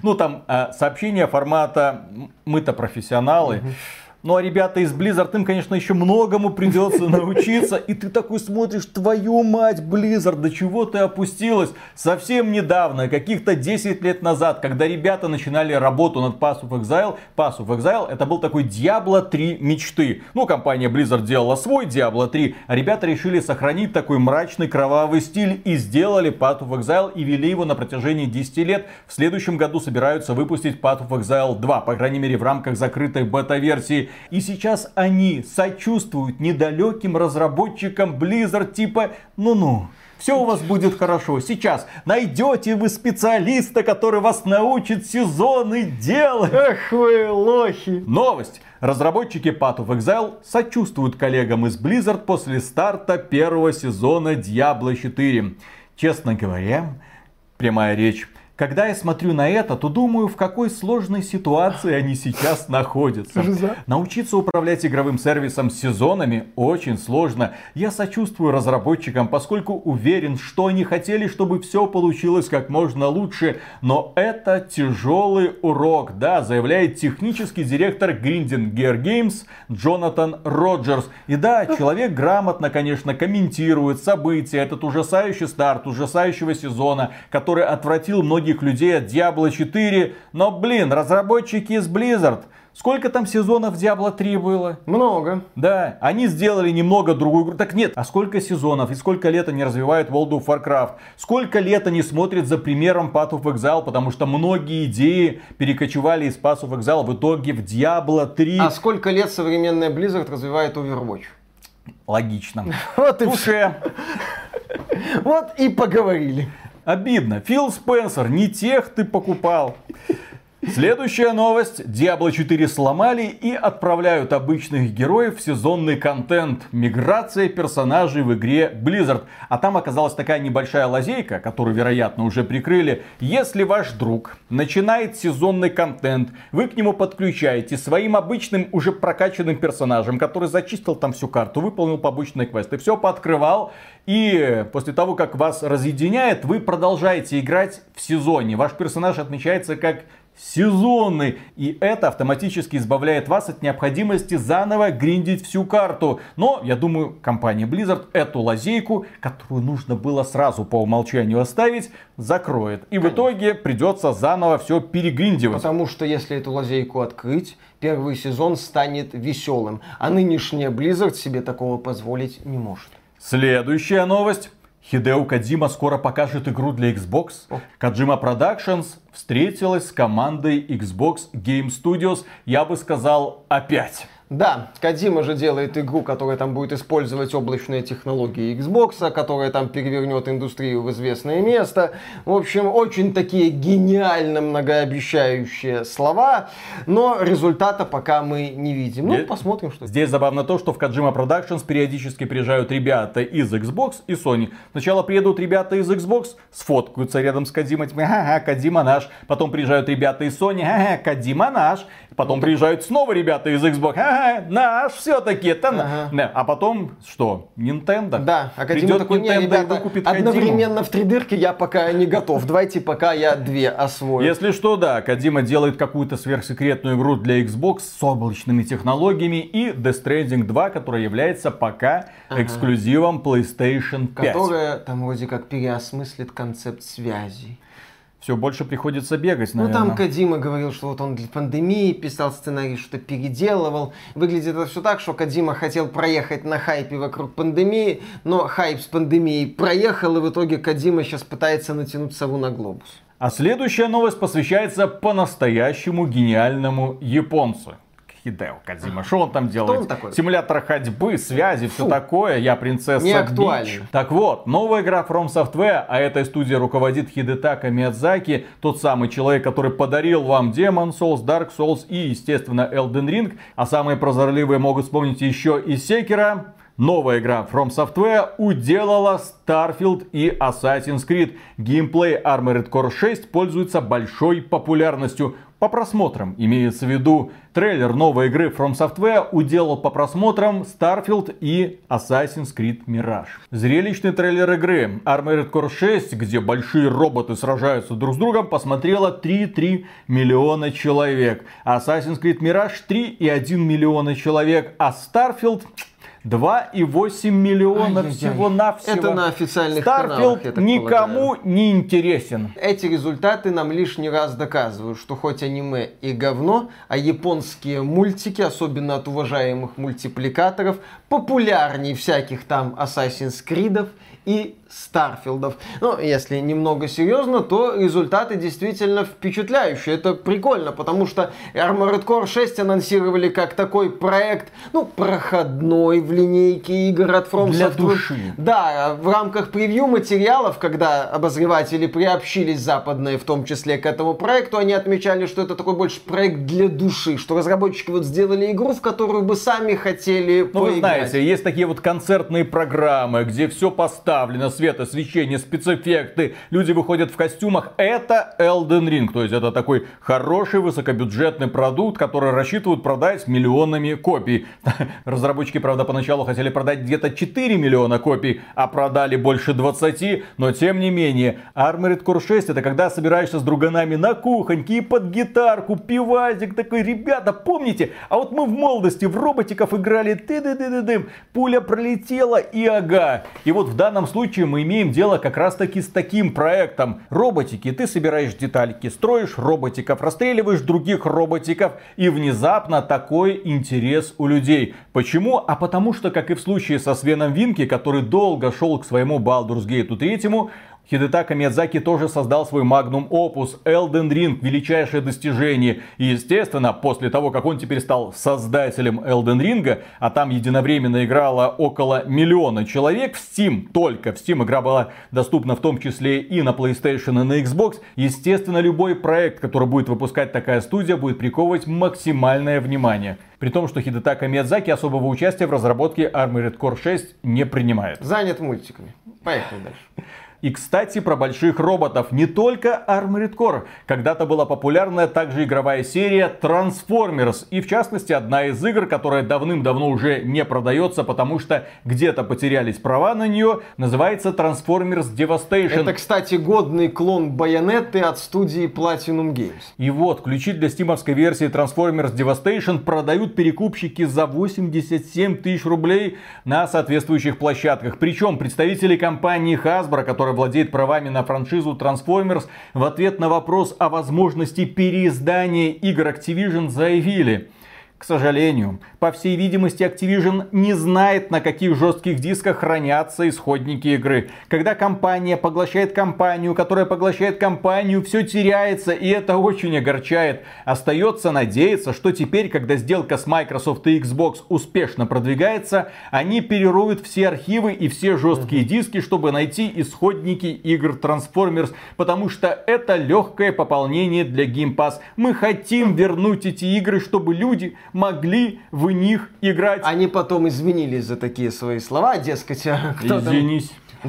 сообщения формата «мы-то профессионалы». Ну, а ребята из Blizzard, им, конечно, еще многому придется научиться. И ты такой смотришь, твою мать, Blizzard, до чего ты опустилась? Совсем недавно, каких-то 10 лет назад, когда ребята начинали работу над Path of Exile, это был такой Diablo 3 мечты. Ну, компания Blizzard делала свой Diablo 3, а ребята решили сохранить такой мрачный, кровавый стиль и сделали Path of Exile и вели его на протяжении 10 лет. В следующем году собираются выпустить Path of Exile 2, по крайней мере, в рамках закрытой бета-версии. И сейчас они сочувствуют недалеким разработчикам Blizzard, типа, все у вас будет хорошо. Сейчас найдете вы специалиста, который вас научит сезоны делать. Эх вы лохи. Новость. Разработчики Path of Exile сочувствуют коллегам из Blizzard после старта первого сезона Diablo 4. Честно говоря, прямая речь, Когда я смотрю на это, то думаю, в какой сложной ситуации они сейчас находятся. Научиться управлять игровым сервисом с сезонами очень сложно. Я сочувствую разработчикам, поскольку уверен, что они хотели, чтобы все получилось как можно лучше. Но это тяжелый урок, да, заявляет технический директор Grinding Gear Games Джонатан Роджерс. И да, человек грамотно, конечно, комментирует события, этот ужасающий старт ужасающего сезона, который отвратил многих людей от Diablo 4. Но, блин, разработчики из Blizzard, сколько там сезонов Diablo 3 было? Много. Да, они сделали немного другую игру. Так нет, а сколько сезонов и сколько лет они развивают World of Warcraft? Сколько лет они смотрят за примером Path of Exile, потому что многие идеи перекочевали из Path of Exile в итоге в Diablo 3. А сколько лет современная Blizzard развивает Overwatch? Логично. Вот и Душе. Вот и поговорили. Обидно. Фил Спенсер, не тех ты покупал. Следующая новость. Diablo 4 сломали и отправляют обычных героев в сезонный контент. Миграция персонажей в игре Blizzard. А там оказалась такая небольшая лазейка, которую, вероятно, уже прикрыли. Если ваш друг начинает сезонный контент, вы к нему подключаете своим обычным уже прокачанным персонажем, который зачистил там всю карту, выполнил побочные квесты, все пооткрывал. И после того, как вас разъединяет, вы продолжаете играть в сезоне. Ваш персонаж отмечается как сезонный. И это автоматически избавляет вас от необходимости заново гриндить всю карту. Но, я думаю, компания Blizzard эту лазейку, которую нужно было сразу по умолчанию оставить, закроет. И в итоге придется заново все перегриндивать. Потому что если эту лазейку открыть, первый сезон станет веселым. А нынешняя Blizzard себе такого позволить не может. Следующая новость. Хидео Кодзима скоро покажет игру для Xbox. Kojima Productions встретилась с командой Xbox Game Studios. Я бы сказал, опять. Да, Кодзима же делает игру, которая там будет использовать облачные технологии Xbox, которая там перевернет индустрию в известное место. В общем, очень такие гениально многообещающие слова, но результата пока мы не видим. Ну, посмотрим, что... Здесь забавно то, что в Kojima Productions периодически приезжают ребята из Xbox и Sony. Сначала приедут ребята из Xbox, сфоткаются рядом с Кодзимой, ага, Кодзима наш. Потом приезжают ребята из Sony, ага, Кодзима наш. Потом приезжают снова ребята из Xbox, ага, наш все-таки это... Ага. А потом что? Nintendo? Да, а Кодзима такой, не, ребята, одновременно в 3 дырки я пока не готов. Давайте пока я 2 освою. Если что, да, Кодзима делает какую-то сверхсекретную игру для Xbox с облачными технологиями и Death Stranding 2, которая является пока эксклюзивом PlayStation 5. Которая там вроде как переосмыслит концепт связи. Все больше приходится бегать, наверное. Ну там Кодзима говорил, что вот он для пандемии писал сценарий, что переделывал. Выглядит это все так, что Кодзима хотел проехать на хайпе вокруг пандемии, но хайп с пандемией проехал, и в итоге Кодзима сейчас пытается натянуть сову на глобус. А следующая новость посвящается по-настоящему гениальному японцу. Хидео Кодзима. Что он там делает? Он такой? Симулятор ходьбы, связи, все такое. Я принцесса не актуально. Бич. Так вот, новая игра From Software, а этой студией руководит Хидетака Миядзаки, тот самый человек, который подарил вам Demon Souls, Dark Souls и, естественно, Elden Ring. А самые прозорливые могут вспомнить еще и Sekiro. Новая игра From Software уделала Starfield и Assassin's Creed. Геймплей Armored Core 6 пользуется большой популярностью. По просмотрам, имеется в виду, трейлер новой игры From Software уделал по просмотрам Starfield и Assassin's Creed Mirage. Зрелищный трейлер игры Armored Core 6, где большие роботы сражаются друг с другом, посмотрело 3,3 миллиона человек. Assassin's Creed Mirage 3,1 миллиона человек, а Starfield... 2,8 миллиона всего-навсего. Это на официальных каналах, я так никому не интересен. Эти результаты нам лишний раз доказывают, что хоть аниме и говно, а японские мультики, особенно от уважаемых мультипликаторов, популярнее всяких там Assassin's Creed'ов и Старфилдов. Но если немного серьезно, то результаты действительно впечатляющие. Это прикольно, потому что Armored Core 6 анонсировали как такой проект, ну, проходной в в линейке игр от From Для Software. души. Да, в рамках превью материалов, когда обозреватели приобщились западные, в том числе к этому проекту, они отмечали, что это такой больше проект для души, что разработчики вот сделали игру, в которую бы сами хотели поиграть. Вы знаете, есть такие вот концертные программы, где все поставлено, свет, освещение, спецэффекты, люди выходят в костюмах. Это Elden Ring, то есть это такой хороший высокобюджетный продукт, который рассчитывают продать миллионами копий. Разработчики, правда, поначалу хотели продать где-то 4 миллиона копий, а продали больше 20, но тем не менее. Armored Core 6 это когда собираешься с друганами на кухоньке и под гитарку, пивасик такой, ребята, помните? А вот мы в молодости в роботиков играли, ты-ды-ды-ды-дым, пуля пролетела и ага. И вот в данном случае мы имеем дело как раз таки с таким проектом. Роботики, ты собираешь детальки, строишь роботиков, расстреливаешь других роботиков, и внезапно такой интерес у людей. Почему? А потому что, как и в случае со Свеном Винки, который долго шел к своему Baldur's Gate 3, Хидетака Миядзаки тоже создал свой Magnum Opus Elden Ring, величайшее достижение. И естественно, после того, как он теперь стал создателем Elden Ring, а там единовременно играло около 1 миллиона человек в Steam, только в Steam игра была доступна в том числе и на PlayStation, и на Xbox, естественно, любой проект, который будет выпускать такая студия, будет приковывать максимальное внимание. При том, что Хидетака Миядзаки особого участия в разработке Armored Core 6 не принимает. Занят мультиками. Поехали дальше. И, кстати, про больших роботов. Не только Armored Core. Когда-то была популярная также игровая серия Transformers. И, в частности, одна из игр, которая давным-давно уже не продается, потому что где-то потерялись права на нее, называется Transformers Devastation. Это, кстати, годный клон Байонетты от студии Platinum Games. И вот, ключи для стимовской версии Transformers Devastation продают перекупщики за 87 тысяч рублей на соответствующих площадках. Причем представители компании Hasbro, которая владеет правами на франшизу Transformers, в ответ на вопрос о возможности переиздания игр Activision заявили: к сожалению, по всей видимости, Activision не знает, на каких жестких дисках хранятся исходники игры. Когда компания поглощает компанию, которая поглощает компанию, все теряется, и это очень огорчает. Остается надеяться, что теперь, когда сделка с Microsoft и Xbox успешно продвигается, они перероют все архивы и все жесткие диски, чтобы найти исходники игр Transformers, потому что это легкое пополнение для Game Pass. Мы хотим вернуть эти игры, чтобы люди могли в них играть. Они потом извинились за такие свои слова, дескать, кто Извинись.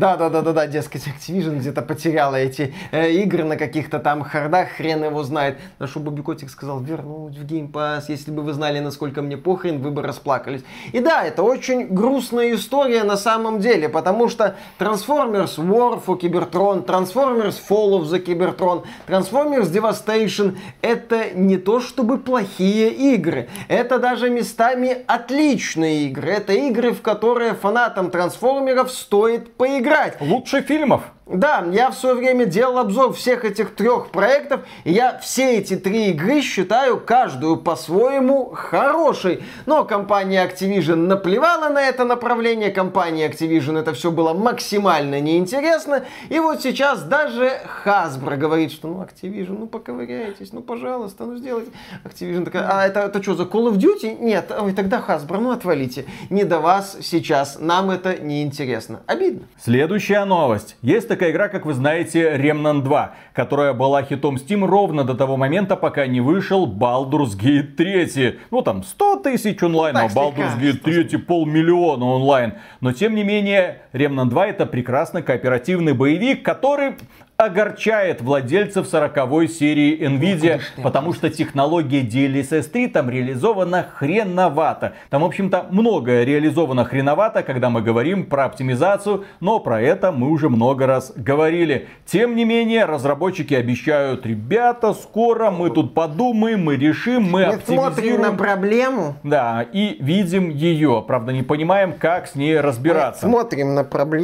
Да, дескать, Activision где-то потеряла эти игры на каких-то там хардах, хрен его знает. На что Бобби Котик сказал: вернуть в Game Pass, если бы вы знали, насколько мне похрен, вы бы расплакались. И да, это очень грустная история на самом деле, потому что Transformers War for Cybertron, Transformers Fall of the Cybertron, Transformers Devastation — это не то чтобы плохие игры, это даже местами отличные игры. Это игры, в которые фанатам трансформеров стоит поиграть. Лучше фильмов. Да, я в свое время делал обзор всех этих 3 проектов, и я все эти 3 игры считаю каждую по-своему хорошей. Но компания Activision наплевала на это направление, компания Activision это все было максимально неинтересно, и вот сейчас даже Hasbro говорит, что Activision, поковыряйтесь, пожалуйста, сделайте. Activision такая: а это что, за Call of Duty? Нет, ой, тогда Hasbro, отвалите. Не до вас сейчас, нам это не интересно. Обидно. Следующая новость. Есть такая игра, как вы знаете, Remnant 2, которая была хитом Steam ровно до того момента, пока не вышел Baldur's Gate 3. 100 тысяч онлайн, а Baldur's Gate 3 500 000 онлайн. Но тем не менее, Remnant 2 это прекрасный кооперативный боевик, который огорчает владельцев 40-й серии Nvidia, потому что технология DLSS 3 там реализована хреновато. Там, в общем-то, многое реализовано хреновато, когда мы говорим про оптимизацию, но про это мы уже много раз говорили. Тем не менее, разработчики обещают: ребята, скоро мы тут подумаем, мы решим, мы оптимизируем. Смотрим на проблему. Да, и видим ее. Правда, не понимаем, как с ней разбираться. Смотрим на проблему.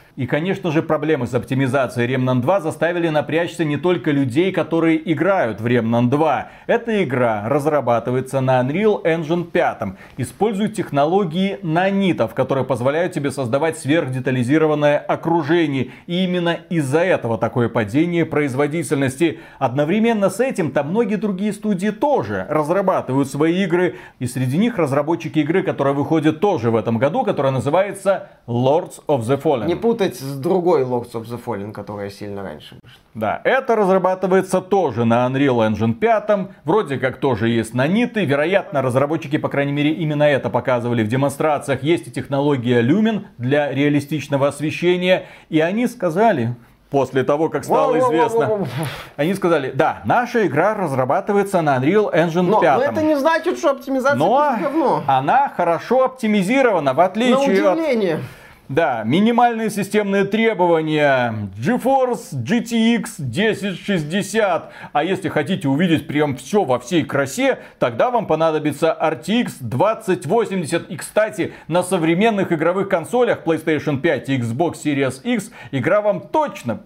И, конечно же, проблемы с оптимизацией Remnant 2 заставили напрячься не только людей, которые играют в Remnant 2. Эта игра разрабатывается на Unreal Engine 5. Использует технологии нанитов, которые позволяют тебе создавать сверхдетализированное окружение. И именно из-за этого такое падение производительности. Одновременно с этим там многие другие студии тоже разрабатывают свои игры. И среди них разработчики игры, которая выходит тоже в этом году, которая называется Lords of the Fallen. Не путать с другой Lords of the Fallen, которая сильно раньше вышла. Да, это разрабатывается тоже на Unreal Engine 5. Вроде как тоже есть наниты. Вероятно, разработчики, по крайней мере, именно это показывали в демонстрациях. Есть и технология Lumen для реалистичного освещения. И они сказали, после того, как стало известно, они сказали, да, наша игра разрабатывается на Unreal Engine 5. Но это не значит, что оптимизация это говно. Она хорошо оптимизирована, в отличие на удивление. Да, минимальные системные требования GeForce GTX 1060. А если хотите увидеть прям все во всей красе, тогда вам понадобится RTX 2080. И, кстати, на современных игровых консолях PlayStation 5 и Xbox Series X игра вам точно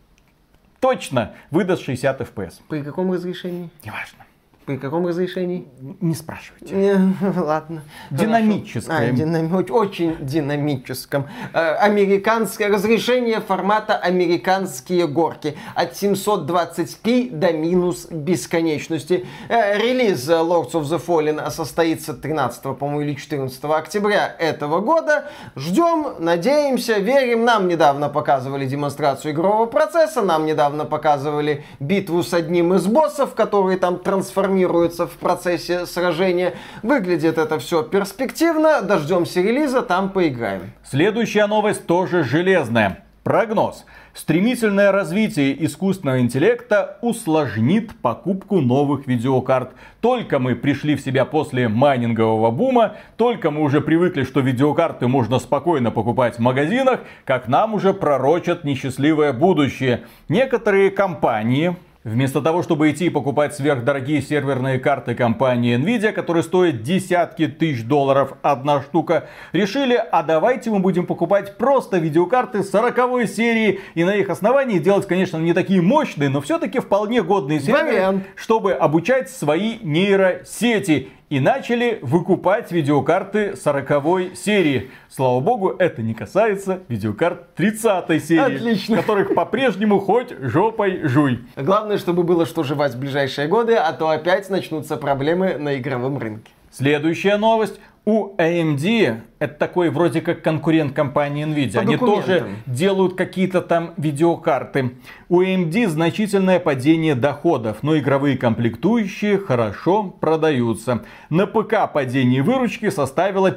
выдаст 60 FPS. При каком разрешении? Неважно. При каком разрешении? Не спрашивайте. Ладно. Динамическое. Очень динамическом. Американское разрешение формата американские горки. От 720p до минус бесконечности. Релиз Lords of the Fallen состоится 13, по-моему, или 14 октября этого года. Ждем, надеемся, верим. Нам недавно показывали демонстрацию игрового процесса. Нам недавно показывали битву с одним из боссов, который там трансформируется в процессе сражения. Выглядит это все перспективно. Дождемся релиза, там поиграем. Следующая новость тоже железная. Прогноз. Стремительное развитие искусственного интеллекта усложнит покупку новых видеокарт. Только мы пришли в себя после майнингового бума, только мы уже привыкли, что видеокарты можно спокойно покупать в магазинах, как нам уже пророчат несчастливое будущее. Некоторые компании, вместо того, чтобы идти и покупать сверхдорогие серверные карты компании Nvidia, которые стоят десятки тысяч долларов одна штука, решили, а давайте мы будем покупать просто видеокарты 40-й серии и на их основании делать, конечно, не такие мощные, но все-таки вполне годные серверы, чтобы обучать свои нейросети. И начали выкупать видеокарты 40-й серии. Слава богу, это не касается видеокарт 30-й серии. Отлично. Которых по-прежнему хоть жопой жуй. Главное, чтобы было что жевать в ближайшие годы, а то опять начнутся проблемы на игровом рынке. Следующая новость. У AMD, это такой вроде как конкурент компании Nvidia, они тоже делают какие-то там видеокарты. У AMD значительное падение доходов, но игровые комплектующие хорошо продаются. На ПК падение выручки составило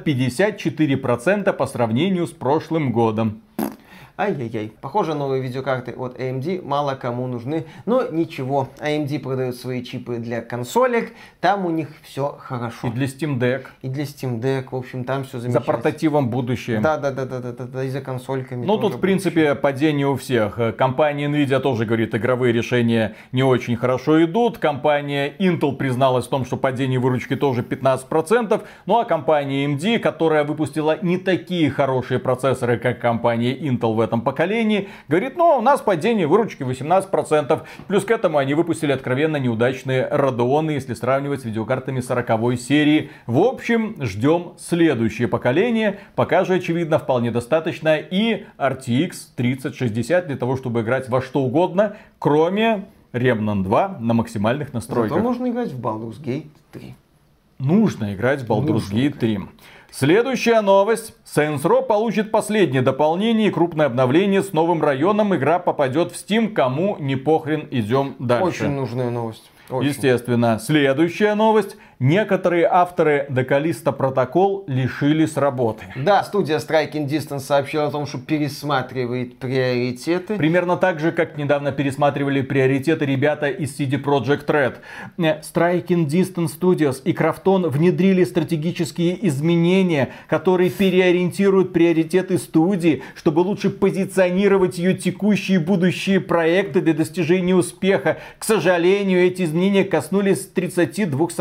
54% по сравнению с прошлым годом. Ай-яй-яй. Похоже, новые видеокарты от AMD мало кому нужны. Но ничего. AMD продает свои чипы для консолек. Там у них все хорошо. И для Steam Deck. И для Steam Deck. В общем, там все замечательно. За портативом будущее. Да. И за консольками. Ну, тут, в принципе, падение у всех. Компания Nvidia тоже говорит, игровые решения не очень хорошо идут. Компания Intel призналась в том, что падение выручки тоже 15%. Ну, а компания AMD, которая выпустила не такие хорошие процессоры, как компания Intel в этом поколении, говорит, ну, у нас падение выручки 18%. Плюс к этому они выпустили откровенно неудачные Radeon, если сравнивать с видеокартами 40-й серии. В общем, ждем следующее поколение. Пока же, очевидно, вполне достаточно и RTX 3060 для того, чтобы играть во что угодно, кроме Remnant 2 на максимальных настройках. Зато можно играть в Baldur's Gate 3. Нужно играть в Baldur's Gate 3. Следующая новость. Saints Row получит последнее дополнение и крупное обновление с новым районом. Игра попадет в Steam. Кому не похрен, идем дальше. Очень нужная новость. Очень. Естественно. Следующая новость. Некоторые авторы The Callisto Protocol лишились работы. Да, студия Striking Distance сообщила о том, что пересматривает приоритеты. Примерно так же, как недавно пересматривали приоритеты ребята из CD Projekt Red. Striking Distance Studios и Krafton внедрили стратегические изменения, которые переориентируют приоритеты студии, чтобы лучше позиционировать ее текущие и будущие проекты для достижения успеха. К сожалению, эти изменения коснулись 32 сотрудников.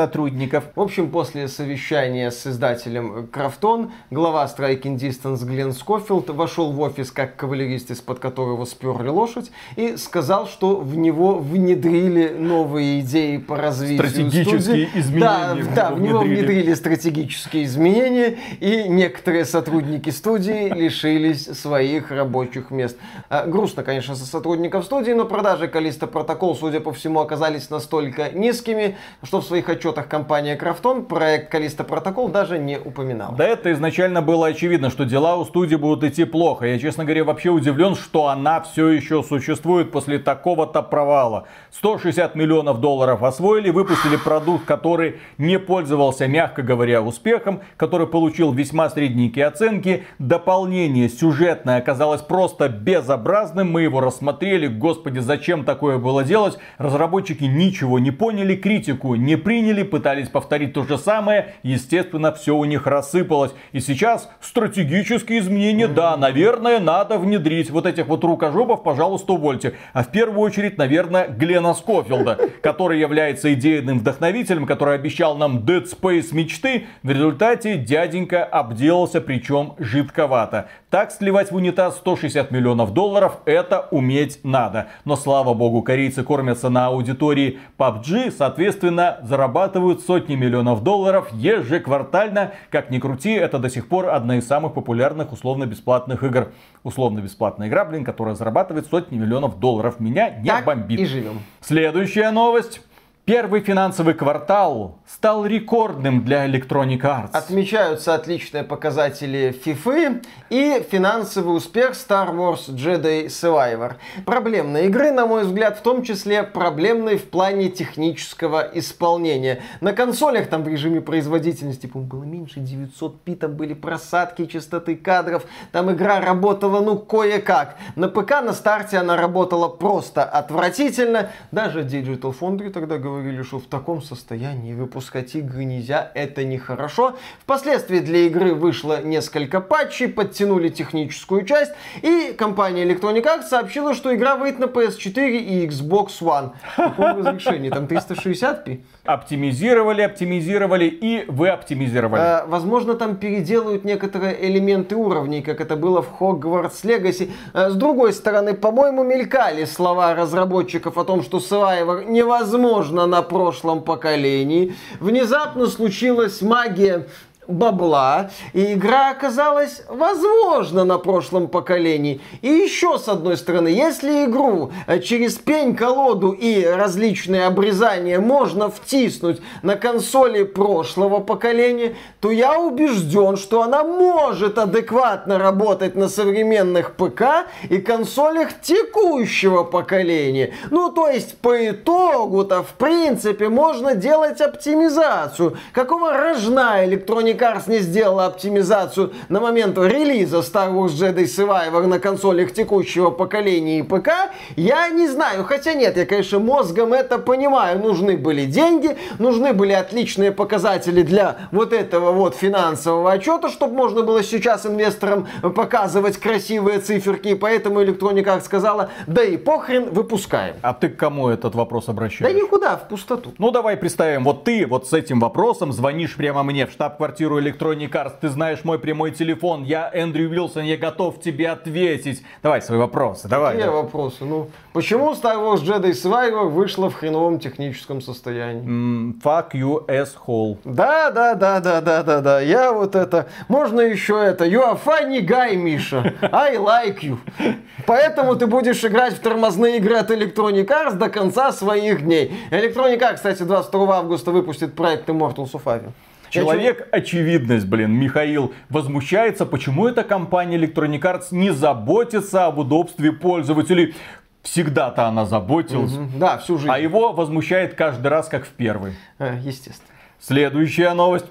сотрудников. В общем, после совещания с издателем Крафтон, глава Striking Distance Глен Скофилд вошел в офис как кавалерист, из-под которого сперли лошадь, и сказал, что в него внедрили новые идеи по развитию стратегические студии. изменения. Да, в него внедрили стратегические изменения, и некоторые сотрудники студии лишились своих рабочих мест. Грустно, конечно, за сотрудников студии, но продажи Callisto Protocol, судя по всему, оказались настолько низкими, что в своих отчетах компания Крафтон проект Callisto Protocol даже не упоминала. Да, это изначально было очевидно, что дела у студии будут идти плохо. Я, честно говоря, вообще удивлен, что она все еще существует после такого-то провала. 160 миллионов долларов освоили, выпустили продукт, который не пользовался, мягко говоря, успехом, который получил весьма средненькие оценки. Дополнение сюжетное оказалось просто безобразным. Мы его рассмотрели. Господи, зачем такое было делать? Разработчики ничего не поняли, критику не приняли, пытались повторить то же самое. Естественно, все у них рассыпалось. И сейчас стратегические изменения, да, наверное, надо внедрить. Вот этих вот рукожопов, пожалуйста, увольте. А в первую очередь, наверное, Глена Скофилда, который является идейным вдохновителем, который обещал нам Dead Space мечты. В результате дяденька обделался, причем жидковато. Так сливать в унитаз 160 миллионов долларов, это уметь надо. Но, слава богу, корейцы кормятся на аудитории PUBG, соответственно, зарабатывают сотни миллионов долларов ежеквартально. Как ни крути, это до сих пор одна из самых популярных условно-бесплатных игр. Условно-бесплатная игра, которая зарабатывает сотни миллионов долларов. Меня не так бомбит. И живем. Следующая новость. Первый финансовый квартал стал рекордным для Electronic Arts. Отмечаются отличные показатели FIFA и финансовый успех Star Wars Jedi Survivor. Проблемные игры, на мой взгляд, в том числе проблемные в плане технического исполнения. На консолях там в режиме производительности, по-моему, было меньше 900p, там были просадки частоты кадров, там игра работала ну кое-как. На ПК на старте она работала просто отвратительно. Даже Digital Foundry тогда говорили, что в таком состоянии выпускать игры нельзя, это нехорошо. Впоследствии для игры вышло несколько патчей, подтянули техническую часть, и компания Electronic Arts сообщила, что игра выйдет на PS4 и Xbox One. В каком разрешении? Там 360p? Оптимизировали и вы оптимизировали. Возможно, там переделают некоторые элементы уровней, как это было в Hogwarts Legacy. С другой стороны, по-моему, мелькали слова разработчиков о том, что Survivor невозможно на прошлом поколении. Внезапно случилась магия бабла, и игра оказалась возможна на прошлом поколении. И еще с одной стороны, если игру через пень-колоду и различные обрезания можно втиснуть на консоли прошлого поколения, то я убежден, что она может адекватно работать на современных ПК и консолях текущего поколения. Ну, то есть, по итогу-то, в принципе, можно делать оптимизацию. Какого рожна Electronic Arts не сделала оптимизацию на момент релиза Star Wars Jedi Survivor на консолях текущего поколения и ПК, я не знаю. Хотя нет, я, конечно, мозгом это понимаю. Нужны были деньги, нужны были отличные показатели для вот этого вот финансового отчета, чтобы можно было сейчас инвесторам показывать красивые циферки. И поэтому Electronic Arts сказала, да и похрен, выпускаем. А ты к кому этот вопрос обращаешь? Да никуда, в пустоту. Ну давай представим, вот ты вот с этим вопросом звонишь прямо мне в штаб-квартиру Electronic Arts, ты знаешь мой прямой телефон, я Эндрю Уилсон, я готов тебе ответить. Давай свои вопросы, давай. Какие вопросы? Ну, почему Star Wars Jedi Survivor вышла в хреновом техническом состоянии? Fuck you, asshole. Да, я вот это... Можно еще это... You are funny guy, Миша. I like you. Поэтому ты будешь играть в тормозные игры от Electronic Arts до конца своих дней. Electronic Arts, кстати, 22 августа выпустит проект Immortals of Aveum. Очевидность, Михаил возмущается, почему эта компания Electronic Arts не заботится об удобстве пользователей. Всегда-то она заботилась. Да, всю жизнь. А его возмущает каждый раз, как в первый. Естественно. Следующая новость.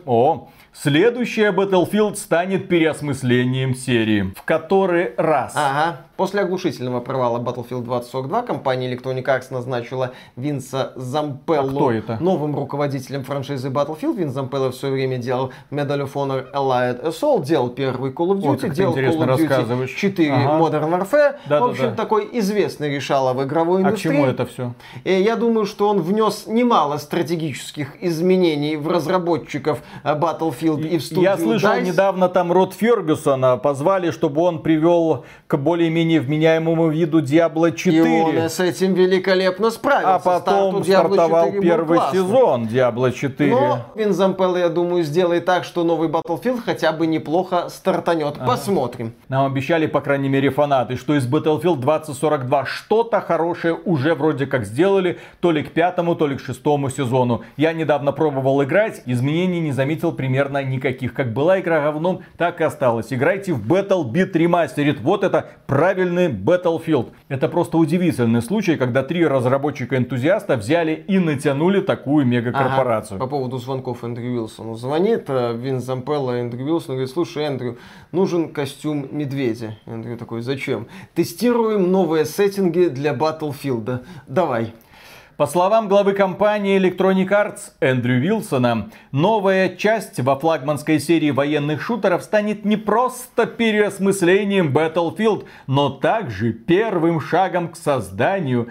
Следующая Battlefield станет переосмыслением серии. В который раз. После оглушительного провала Battlefield 2042 компания Electronic Arts назначила Винса Зампеллу новым руководителем франшизы Battlefield. Винс Зампелло в свое время делал Medal of Honor Allied Assault, делал первый Call of Duty, делал Call of Duty 4 Modern Warfare. В общем, такой известный решала в игровой индустрии. А к чему это все? И я думаю, что он внес немало стратегических изменений в разработчиков Battlefield и в студию Я слышал, DICE. недавно там Род Фергюсона позвали, чтобы он привел к более-менее вменяемому виду Diablo 4. И он с этим великолепно справился. А потом стартовал первый сезон Diablo 4. Но Винс Зампелло, я думаю, сделает так, что новый Battlefield хотя бы неплохо стартанет. Посмотрим. Нам обещали, по крайней мере, фанаты, что из Battlefield 2042 что-то хорошее уже вроде как сделали, то ли к 5-му, то ли к 6-му сезону. Я недавно пробовал играть, изменений не заметил примерно никаких. Как была игра говном, так и осталась. Играйте в BattleBit Remastered. Вот это правильный Battlefield. Это просто удивительный случай, когда 3 разработчика-энтузиаста взяли и натянули такую мегакорпорацию. По поводу звонков Эндрю Уилсону. Звонит Винс Зампелло Эндрю Уилсону и говорит: слушай, Эндрю, нужен костюм медведя. Эндрю такой: зачем? Тестируем новые сеттинги для Battlefield. Давай. По словам главы компании Electronic Arts Эндрю Уилсона, новая часть во флагманской серии военных шутеров станет не просто переосмыслением Battlefield, но также первым шагом к созданию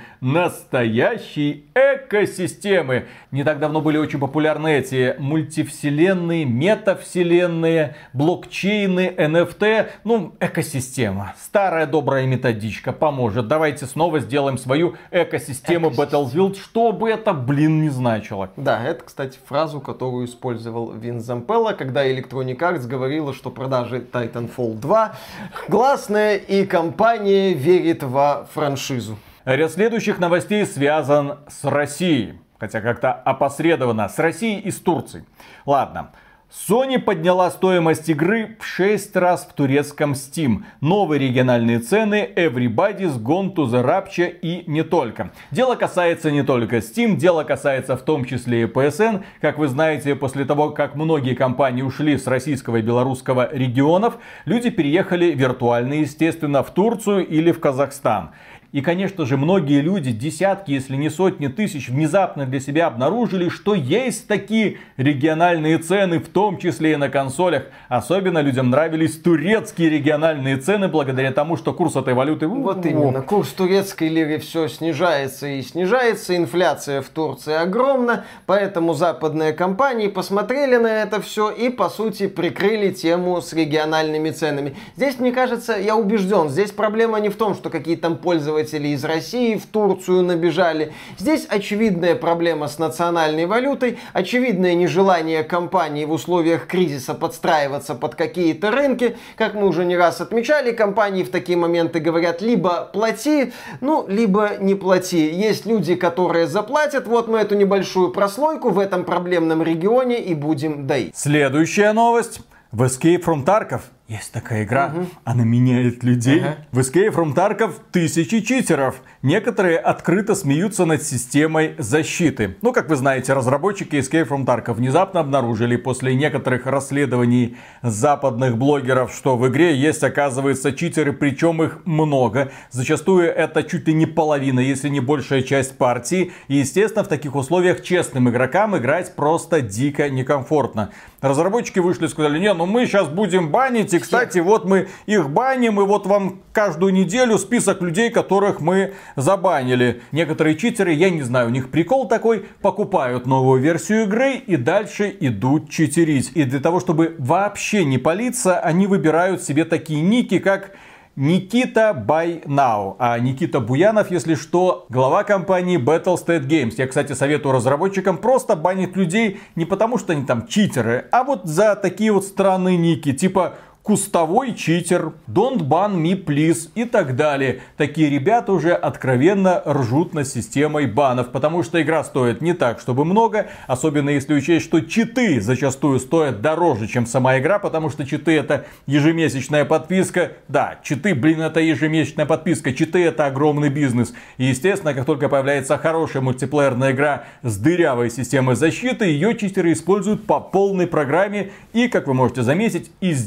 настоящей экосистемы. Не так давно были очень популярны эти мультивселенные, метавселенные, блокчейны, NFT. Экосистема. Старая добрая методичка поможет. Давайте снова сделаем свою экосистему Battlefield, что бы это, не значило. Да, это, кстати, фразу, которую использовал Винс Зампелло, когда Electronic Arts говорила, что продажи Titanfall 2 гласные и компания верит во франшизу. Ряд следующих новостей связан с Россией. Хотя как-то опосредованно с Россией и с Турцией. Ладно. Sony подняла стоимость игры в 6 раз в турецком Steam. Новые региональные цены, Everybody's Gone to the Rapture и не только. Дело касается не только Steam, дело касается в том числе и PSN. Как вы знаете, после того, как многие компании ушли с российского и белорусского регионов, люди переехали виртуально, естественно, в Турцию или в Казахстан. И, конечно же, многие люди, десятки, если не сотни тысяч, внезапно для себя обнаружили, что есть такие региональные цены, в том числе и на консолях. Особенно людям нравились турецкие региональные цены, благодаря тому, что курс этой валюты... Вот именно, курс турецкой лиры все снижается и снижается, инфляция в Турции огромна, поэтому западные компании посмотрели на это все и, по сути, прикрыли тему с региональными ценами. Здесь, мне кажется, я убежден, здесь проблема не в том, что какие-то там пользователи из России в Турцию набежали. Здесь очевидная проблема с национальной валютой, очевидное нежелание компании в условиях кризиса подстраиваться под какие-то рынки. Как мы уже не раз отмечали, компании в такие моменты говорят: либо плати, либо не плати. Есть люди, которые заплатят, вот мы эту небольшую прослойку в этом проблемном регионе и будем доить. Следующая новость. В Escape from Tarkov есть такая игра, она меняет людей. В Escape from Tarkov тысячи читеров. Некоторые открыто смеются над системой защиты. Как вы знаете, разработчики Escape from Tarkov внезапно обнаружили после некоторых расследований западных блогеров, что в игре есть, оказывается, читеры, причем их много. Зачастую это чуть ли не половина, если не большая часть партии. И, естественно, в таких условиях честным игрокам играть просто дико некомфортно. Разработчики вышли и сказали: мы сейчас будем банить. И, кстати, вот мы их баним, и вот вам каждую неделю список людей, которых мы забанили. Некоторые читеры, я не знаю, у них прикол такой, покупают новую версию игры и дальше идут читерить. И для того, чтобы вообще не палиться, они выбирают себе такие ники, как Никита by Now. А Никита Буянов, если что, глава компании Battlestate Games. Я, кстати, советую разработчикам просто банить людей не потому, что они там читеры, а вот за такие вот странные ники, типа кустовой читер, don't ban me please и так далее. Такие ребята уже откровенно ржут над системой банов, потому что игра стоит не так, чтобы много, особенно если учесть, что читы зачастую стоят дороже, чем сама игра, потому что читы — это ежемесячная подписка. Да, читы, это ежемесячная подписка, читы — это огромный бизнес. И, естественно, как только появляется хорошая мультиплеерная игра с дырявой системой защиты, ее читеры используют по полной программе и, как вы можете заметить, издеваются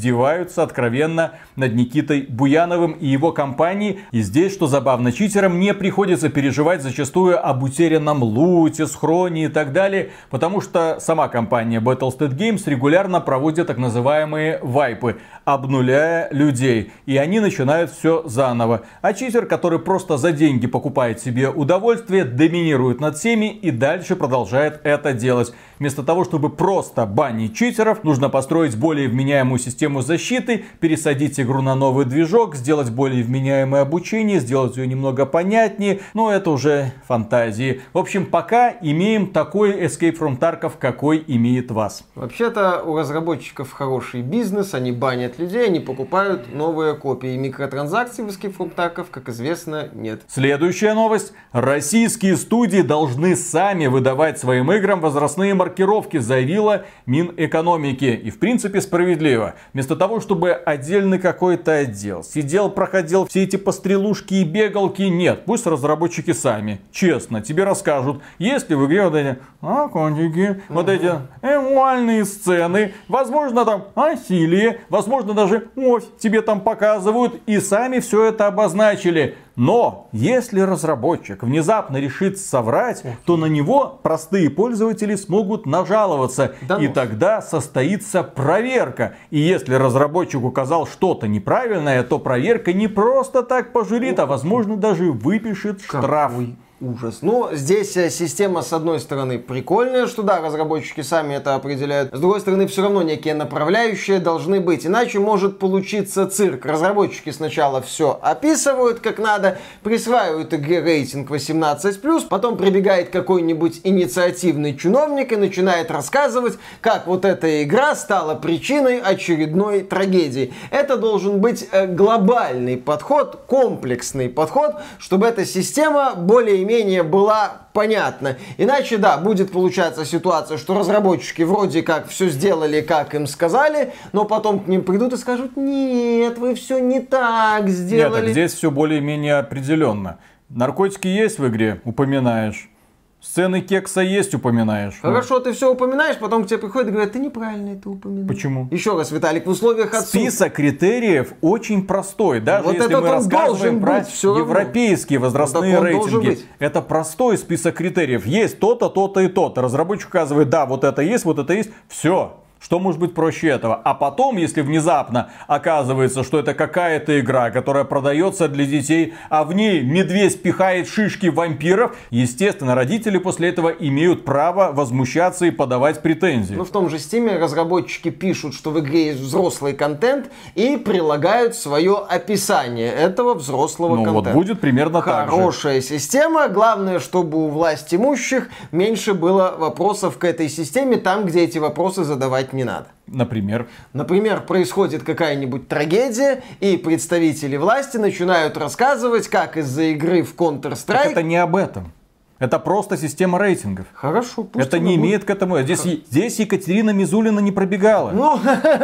издеваются откровенно над Никитой Буяновым и его компанией. И здесь, что забавно, читерам не приходится переживать зачастую об утерянном луте, схроне и так далее, потому что сама компания Battlestate Games регулярно проводит так называемые вайпы, обнуляя людей. И они начинают все заново. А читер, который просто за деньги покупает себе удовольствие, доминирует над всеми и дальше продолжает это делать. Вместо того, чтобы просто банить читеров, нужно построить более вменяемую систему защиты, пересадить игру на новый движок, сделать более вменяемое обучение, сделать ее немного понятнее. Но это уже фантазии. В общем, пока имеем такой Escape from Tarkov, какой имеет вас. Вообще-то у разработчиков хороший бизнес, они банят людей, они покупают новые копии. И микротранзакций в Escape from Tarkov, как известно, нет. Следующая новость. Российские студии должны сами выдавать своим играм возрастные маркировки, заявила Минэкономики. И в принципе справедливо. Вместо того, чтобы отдельный какой-то отдел сидел, проходил все эти пострелушки и бегалки, нет. Пусть разработчики сами, честно, тебе расскажут, есть ли в игре вот эти контики, вот эти эмуальные сцены, возможно там насилие, возможно даже тебе там показывают и сами все это обозначили. Но если разработчик внезапно решит соврать, то на него простые пользователи смогут нажаловаться. И тогда состоится проверка. И если разработчик указал что-то неправильное, то проверка не просто так пожурит, а возможно даже выпишет штраф. Ужас. Ну, здесь система, с одной стороны, прикольная, что да, разработчики сами это определяют. С другой стороны, все равно некие направляющие должны быть. Иначе может получиться цирк. Разработчики сначала все описывают как надо, присваивают игре рейтинг 18+, потом прибегает какой-нибудь инициативный чиновник и начинает рассказывать, как вот эта игра стала причиной очередной трагедии. Это должен быть глобальный подход, комплексный подход, чтобы эта система более-менее была понятна. Иначе, да, будет получаться ситуация, что разработчики вроде как все сделали, как им сказали, но потом к ним придут и скажут: нет, вы все не так сделали. Нет, так здесь все более-менее определенно. Наркотики есть в игре, упоминаешь. Сцены кекса есть, упоминаешь. Хорошо, ты все упоминаешь, потом к тебе приходят и говорят: ты неправильно это упоминаешь. Почему? Еще раз, Виталик, в условиях отсутствия. Список критериев очень простой. Даже вот если мы рассказываем про европейские возрастные рейтинги. Это простой список критериев. Есть то-то, то-то и то-то. Разработчик указывает: да, вот это есть, все. Что может быть проще этого? А потом, если внезапно оказывается, что это какая-то игра, которая продается для детей, а в ней медведь пихает шишки вампиров, естественно, родители после этого имеют право возмущаться и подавать претензии. Ну, в том же Steam разработчики пишут, что в игре есть взрослый контент и прилагают свое описание этого взрослого контента. Вот будет примерно так же. Хорошая система. Главное, чтобы у власть имущих меньше было вопросов к этой системе, там, где эти вопросы задавать не надо. Например? Например, происходит какая-нибудь трагедия, и представители власти начинают рассказывать, как из-за игры в Counter-Strike... Так это не об этом. Это просто система рейтингов. Хорошо, пусть это не имеет к этому. Здесь Екатерина Мизулина не пробегала. Ну,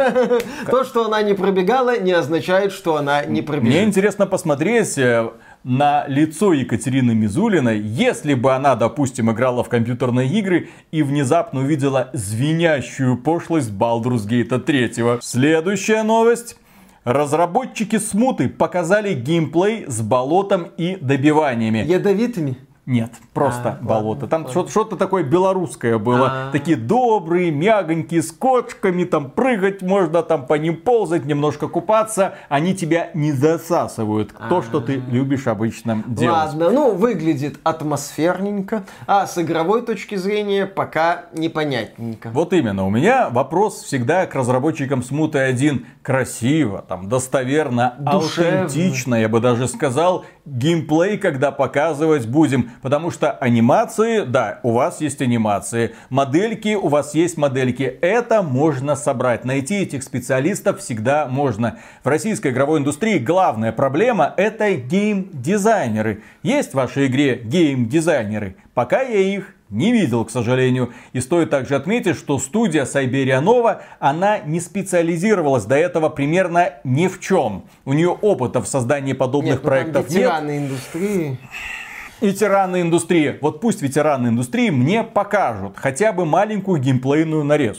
то, что она не пробегала, не означает, что она не пробежит. Мне интересно посмотреть на лицо Екатерины Мизулиной, если бы она, допустим, играла в компьютерные игры и внезапно увидела звенящую пошлость Baldur's Gate 3. Следующая новость. Разработчики Смуты показали геймплей с болотом и добиваниями. Ядовитыми? Нет, просто болото. Там что-то такое белорусское было. Такие добрые, мягонькие, с кочками, там прыгать можно, там по ним ползать, немножко купаться. Они тебя не засасывают. То, что ты любишь обычно делать. Ладно, ну выглядит атмосферненько, а с игровой точки зрения пока непонятненько. Вот именно, у меня вопрос всегда к разработчикам Смуты 1. Красиво, там достоверно, душевно, аутентично, я бы даже сказал. Геймплей, когда показывать будем. Потому что анимации, да, у вас есть анимации. Модельки, у вас есть модельки. Это можно собрать. Найти этих специалистов всегда можно. В российской игровой индустрии главная проблема — это геймдизайнеры. Есть в вашей игре геймдизайнеры? Пока я их не видел, к сожалению. И стоит также отметить, что студия Сайберия Нова, она не специализировалась до этого примерно ни в чем. У нее опыта в создании подобных проектов нет. Ветераны индустрии. Ветераны индустрии. Вот пусть ветераны индустрии мне покажут хотя бы маленькую геймплейную нарезку.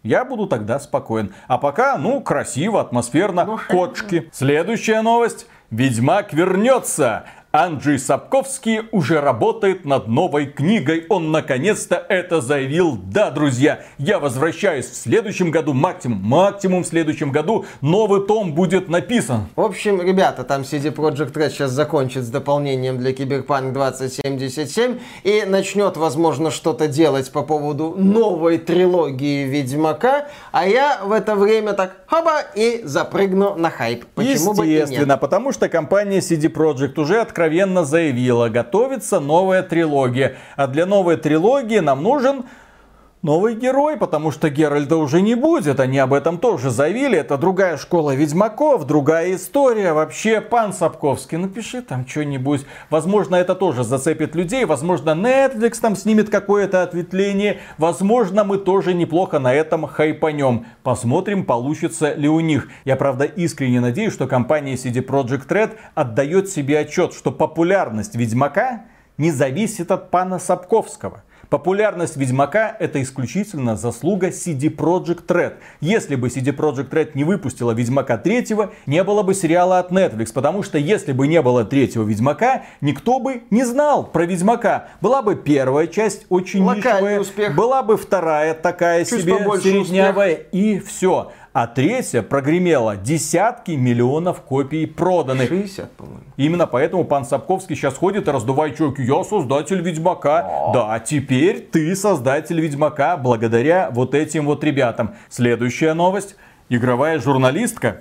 я буду тогда спокоен. А пока, красиво, атмосферно, кочки. Следующая новость. Ведьмак вернется. Анджей Сапковский уже работает над новой книгой. Он наконец-то это заявил. Да, друзья, я возвращаюсь в следующем году, максимум в следующем году новый том будет написан. В общем, ребята, там CD Projekt Red сейчас закончит с дополнением для Cyberpunk 2077 и начнет, возможно, что-то делать по поводу новой трилогии Ведьмака, а я в это время так хоба и запрыгну на хайп. Почему бы и нет? Естественно, потому что компания CD Projekt уже откровенно заявила, готовится новая трилогия. А для новой трилогии нам нужен новый герой, потому что Геральда уже не будет. Они об этом тоже заявили. Это другая школа ведьмаков, другая история. Вообще, пан Сапковский, напиши там что-нибудь. Возможно, это тоже зацепит людей. Возможно, Netflix там снимет какое-то ответвление. Возможно, мы тоже неплохо на этом хайпанем. Посмотрим, получится ли у них. Я, правда, искренне надеюсь, что компания CD Projekt Red отдает себе отчет, что популярность Ведьмака не зависит от пана Сапковского. Популярность Ведьмака — это исключительно заслуга CD Projekt Red. Если бы CD Projekt Red не выпустила Ведьмака 3, не было бы сериала от Netflix. Потому что если бы не было 3-го Ведьмака, никто бы не знал про Ведьмака. Была бы первая часть очень нишевая, была бы вторая такая чуть себе среднявая, и все. А 3-я прогремела. Десятки миллионов копий проданы. 60, по-моему. Именно поэтому пан Сапковский сейчас ходит и раздувает щеки. Я создатель Ведьмака. Да, теперь ты создатель Ведьмака благодаря вот этим вот ребятам. Следующая новость. Игровая журналистка.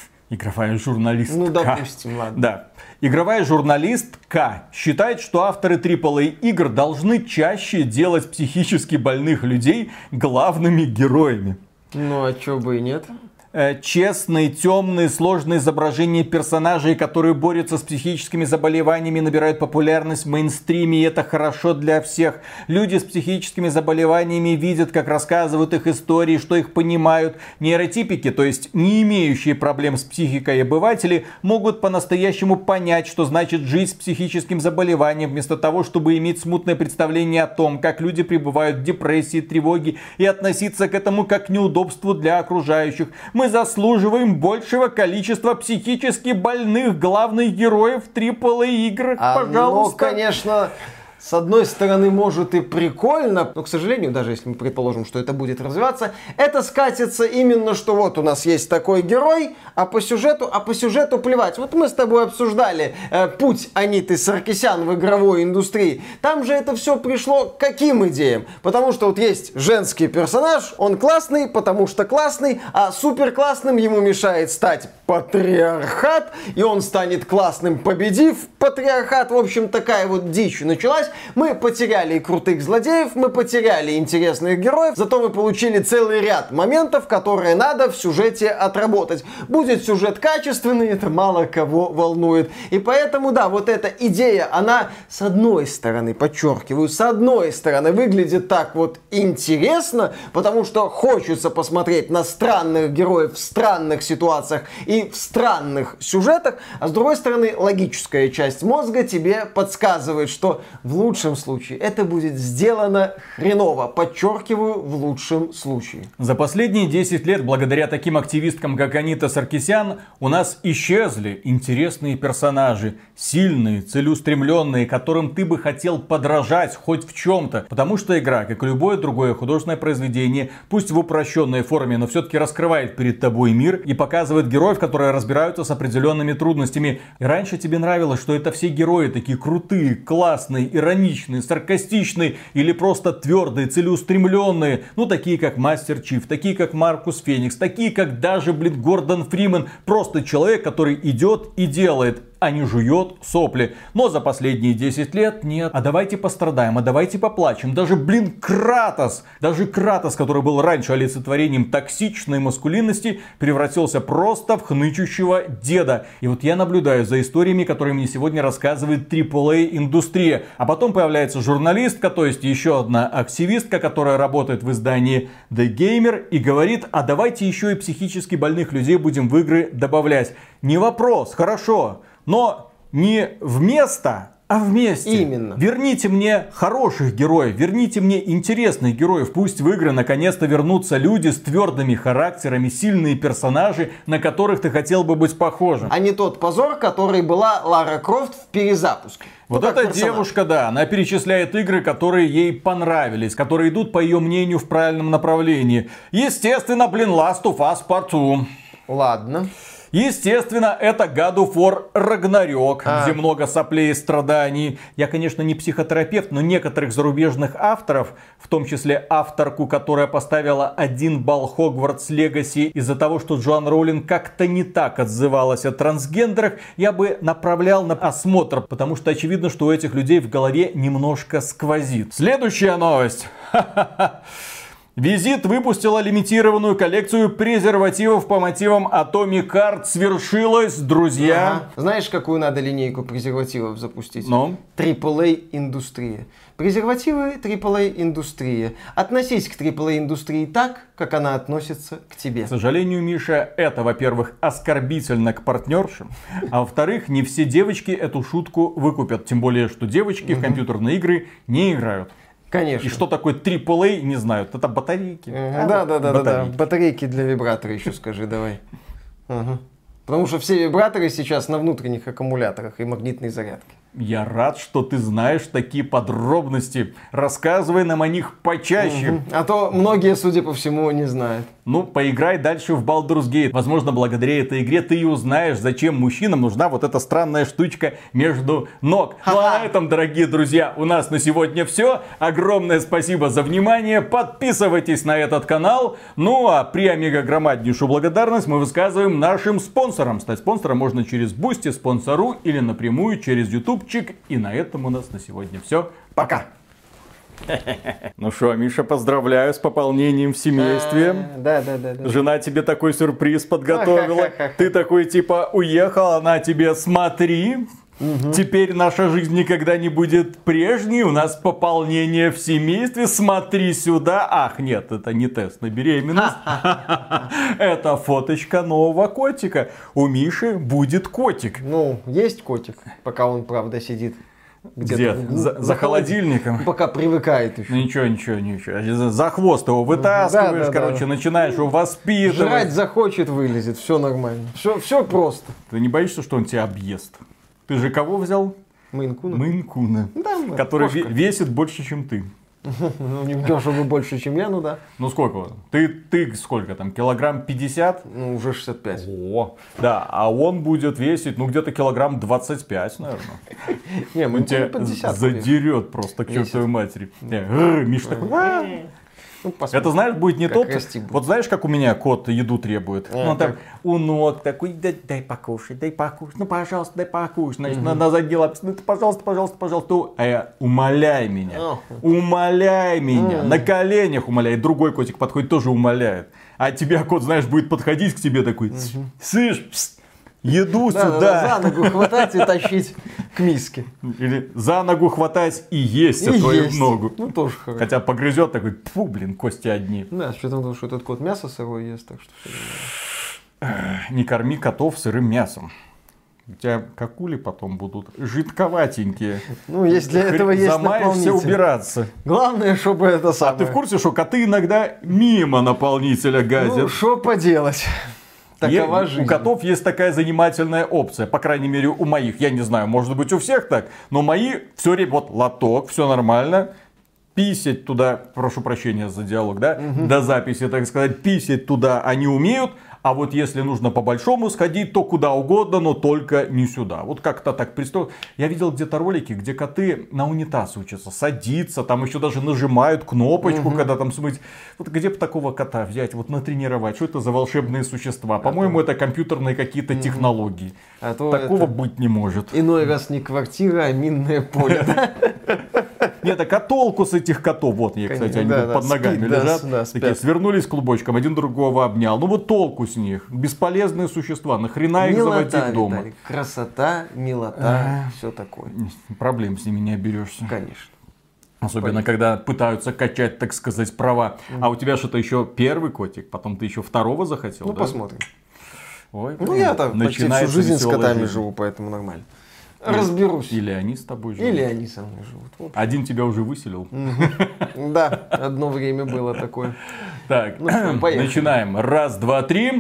Ну, допустим, ладно. Да. Игровая журналистка считает, что авторы AAA игр должны чаще делать психически больных людей главными героями. Ну, а чё бы и нет? Честные, темные, сложные изображения персонажей, которые борются с психическими заболеваниями, набирают популярность в мейнстриме, и это хорошо для всех. Люди с психическими заболеваниями видят, как рассказывают их истории, что их понимают. Нейротипики, то есть не имеющие проблем с психикой обыватели, могут по-настоящему понять, что значит жить с психическим заболеванием, вместо того, чтобы иметь смутное представление о том, как люди пребывают в депрессии, тревоге, и относиться к этому как к неудобству для окружающих. Мы заслуживаем большего количества психически больных главных героев в AAA играх, пожалуйста. Ну, конечно, с одной стороны, может и прикольно, но, к сожалению, даже если мы предположим, что это будет развиваться, это скатится именно, что вот у нас есть такой герой, а по сюжету плевать. Вот мы с тобой обсуждали путь Аниты Саркисян в игровой индустрии. Там же это все пришло к каким идеям? Потому что вот есть женский персонаж, он классный, потому что классный, а супер классным ему мешает стать патриархат, и он станет классным, победив патриархат. В общем, такая вот дичь началась. Мы потеряли и крутых злодеев, мы потеряли интересных героев, зато мы получили целый ряд моментов, которые надо в сюжете отработать. Будет сюжет качественный, это мало кого волнует. И поэтому, да, вот эта идея, она с одной стороны, подчеркиваю, с одной стороны выглядит так вот интересно, потому что хочется посмотреть на странных героев в странных ситуациях и в странных сюжетах, а с другой стороны, логическая часть мозга тебе подсказывает, что в лучшем случае это будет сделано хреново. Подчеркиваю, в лучшем случае. За последние 10 лет, благодаря таким активисткам, как Анита Саркисян, у нас исчезли интересные персонажи. Сильные, целеустремленные, которым ты бы хотел подражать хоть в чем-то. Потому что игра, как и любое другое художественное произведение, пусть в упрощенной форме, но все-таки раскрывает перед тобой мир и показывает героев, которые разбираются с определенными трудностями. И раньше тебе нравилось, что это все герои такие крутые, классные, ироничные, саркастичные или просто твердые, целеустремленные. Ну, такие как Мастер Чиф, такие как Маркус Феникс, такие как даже, Гордон Фриман. Просто человек, который идет и делает, а не жует сопли. Но за последние 10 лет нет. А давайте пострадаем, а давайте поплачем. Даже, Кратос, который был раньше олицетворением токсичной маскулинности, превратился просто в хнычущего деда. И вот я наблюдаю за историями, которые мне сегодня рассказывает AAA индустрия. А потом появляется журналистка, то есть еще одна активистка, которая работает в издании The Gamer и говорит, а давайте еще и психически больных людей будем в игры добавлять. Не вопрос, хорошо. Но не вместо, а вместе. Именно. Верните мне хороших героев, верните мне интересных героев. Пусть в игры наконец-то вернутся люди с твердыми характерами, сильные персонажи, на которых ты хотел бы быть похожим. А не тот позор, который была Лара Крофт в перезапуске. Вот эта девушка, да, она перечисляет игры, которые ей понравились, которые идут, по ее мнению, в правильном направлении. Естественно, Last of Us Part 2. Ладно. Естественно, это God of War Ragnarok, где много соплей и страданий. Я, конечно, не психотерапевт, но некоторых зарубежных авторов, в том числе авторку, которая поставила 1 балл Hogwarts Legacy из-за того, что Джоан Роулинг как-то не так отзывалась о трансгендерах, я бы направлял на осмотр, потому что очевидно, что у этих людей в голове немножко сквозит. Следующая новость. Визит выпустила лимитированную коллекцию презервативов по мотивам Atomic Heart. Свершилось, друзья. Знаешь, какую надо линейку презервативов запустить? Ну? AAA-индустрия. Презервативы AAA-индустрия. Относись к AAA-индустрии так, как она относится к тебе. К сожалению, Миша, это, во-первых, оскорбительно к партнершам, а во-вторых, не все девочки эту шутку выкупят. Тем более, что девочки в компьютерные игры не играют. Конечно. И что такое AAA, не знают. Это батарейки. Да. Батарейки для вибратора еще скажи, давай. Потому что все вибраторы сейчас на внутренних аккумуляторах и магнитной зарядке. Я рад, что ты знаешь такие подробности. Рассказывай нам о них почаще. А то многие, судя по всему, не знают. Ну, поиграй дальше в Baldur's Gate. Возможно, благодаря этой игре ты и узнаешь, зачем мужчинам нужна вот эта странная штучка между ног. Ну а на этом, дорогие друзья, у нас на сегодня все. Огромное спасибо за внимание. Подписывайтесь на этот канал. Ну а при омега громаднейшую благодарность мы высказываем нашим спонсорам. Стать спонсором можно через Boosty, Спонсору или напрямую через YouTube. И на этом у нас на сегодня все. Пока! Ну что, Миша, поздравляю с пополнением в семействе. Да. Жена тебе такой сюрприз подготовила. Ты такой типа уехал, она тебе смотри. Теперь наша жизнь никогда не будет прежней. У нас пополнение в семействе. Смотри сюда. Ах, нет, это не тест на беременность. Это фоточка нового котика. У Миши будет котик. Ну, есть котик, пока он, правда, сидит. Где? За холодильником. Пока привыкает еще. Ничего. За хвост его вытаскиваешь, начинаешь его воспитывать. Жрать захочет, вылезет. Все нормально. Все просто. Ты не боишься, что он тебя объест? Ты же кого взял? Мейн-куна. Мейн-куна. Да, который весит больше, чем ты. Ну, не дешево больше, чем я, ну да. Ну сколько? Ты сколько там? Килограмм 50? Ну, уже 65. О, да, а он будет весить, ну, где-то килограмм 25, наверное. Не, мы тебя под десятку задерет просто к чертовой матери. Миш такой... Ну, это, знаешь, будет не тот... будет. Вот знаешь, как у меня кот еду требует? Ну, там у ног такой, дай покушать. Ну, пожалуйста, дай покушать. Значит, на задние лапы, ну, пожалуйста. А я, умоляй меня. На коленях умоляй. Другой котик подходит, тоже умоляет. А тебя кот, знаешь, будет подходить к тебе такой, слышь, еду сюда. За ногу хватать и тащить к миске. Или за ногу хватать и есть твою ногу. Ну, тоже хорошо. Хотя погрызет такой, фу, блин, кости одни. Да, что там, что этот кот мясо сырое ест, так что все. Не корми котов сырым мясом. У тебя какули потом будут жидковатенькие. Ну, есть для этого есть замаешься наполнитель. Убираться. Главное, чтобы это самое. А ты в курсе, что коты иногда мимо наполнителя газят? Ну, что поделать. Такова жизнь. У котов есть такая занимательная опция. По крайней мере, у моих. Я не знаю, может быть, у всех так. Но мои все время, вот лоток, все нормально. Писать туда, прошу прощения за диалог, да? До записи, так сказать, писать туда они умеют. А вот если нужно по-большому сходить, то куда угодно, но только не сюда. Вот как-то так пристроил. Я видел где-то ролики, где коты на унитаз учатся садиться, там еще даже нажимают кнопочку, когда там смыть. Вот где бы такого кота взять, вот натренировать? Что это за волшебные существа? По-моему, это компьютерные какие-то технологии. Такого быть не может. Иной раз не квартира, а минное поле. Нет, так а толку с этих котов? Вот, кстати, они под ногами лежат. Такие свернулись клубочком, один другого обнял. Ну вот толку с них. Бесполезные существа. Нахрена их заводить дома? Виталик, красота, милота, все такое. Проблем с ними не оберешься. Конечно. Особенно, когда пытаются качать, так сказать, права. А у тебя что-то еще первый котик, потом ты еще второго захотел? Ну, посмотрим. Ой, ну, я там почти всю жизнь с котами живу, поэтому нормально. разберусь. Или они с тобой живут. Или они со мной живут. Один тебя уже выселил. Да, одно время было такое. Так, поехали. начинаем. Раз, два, три.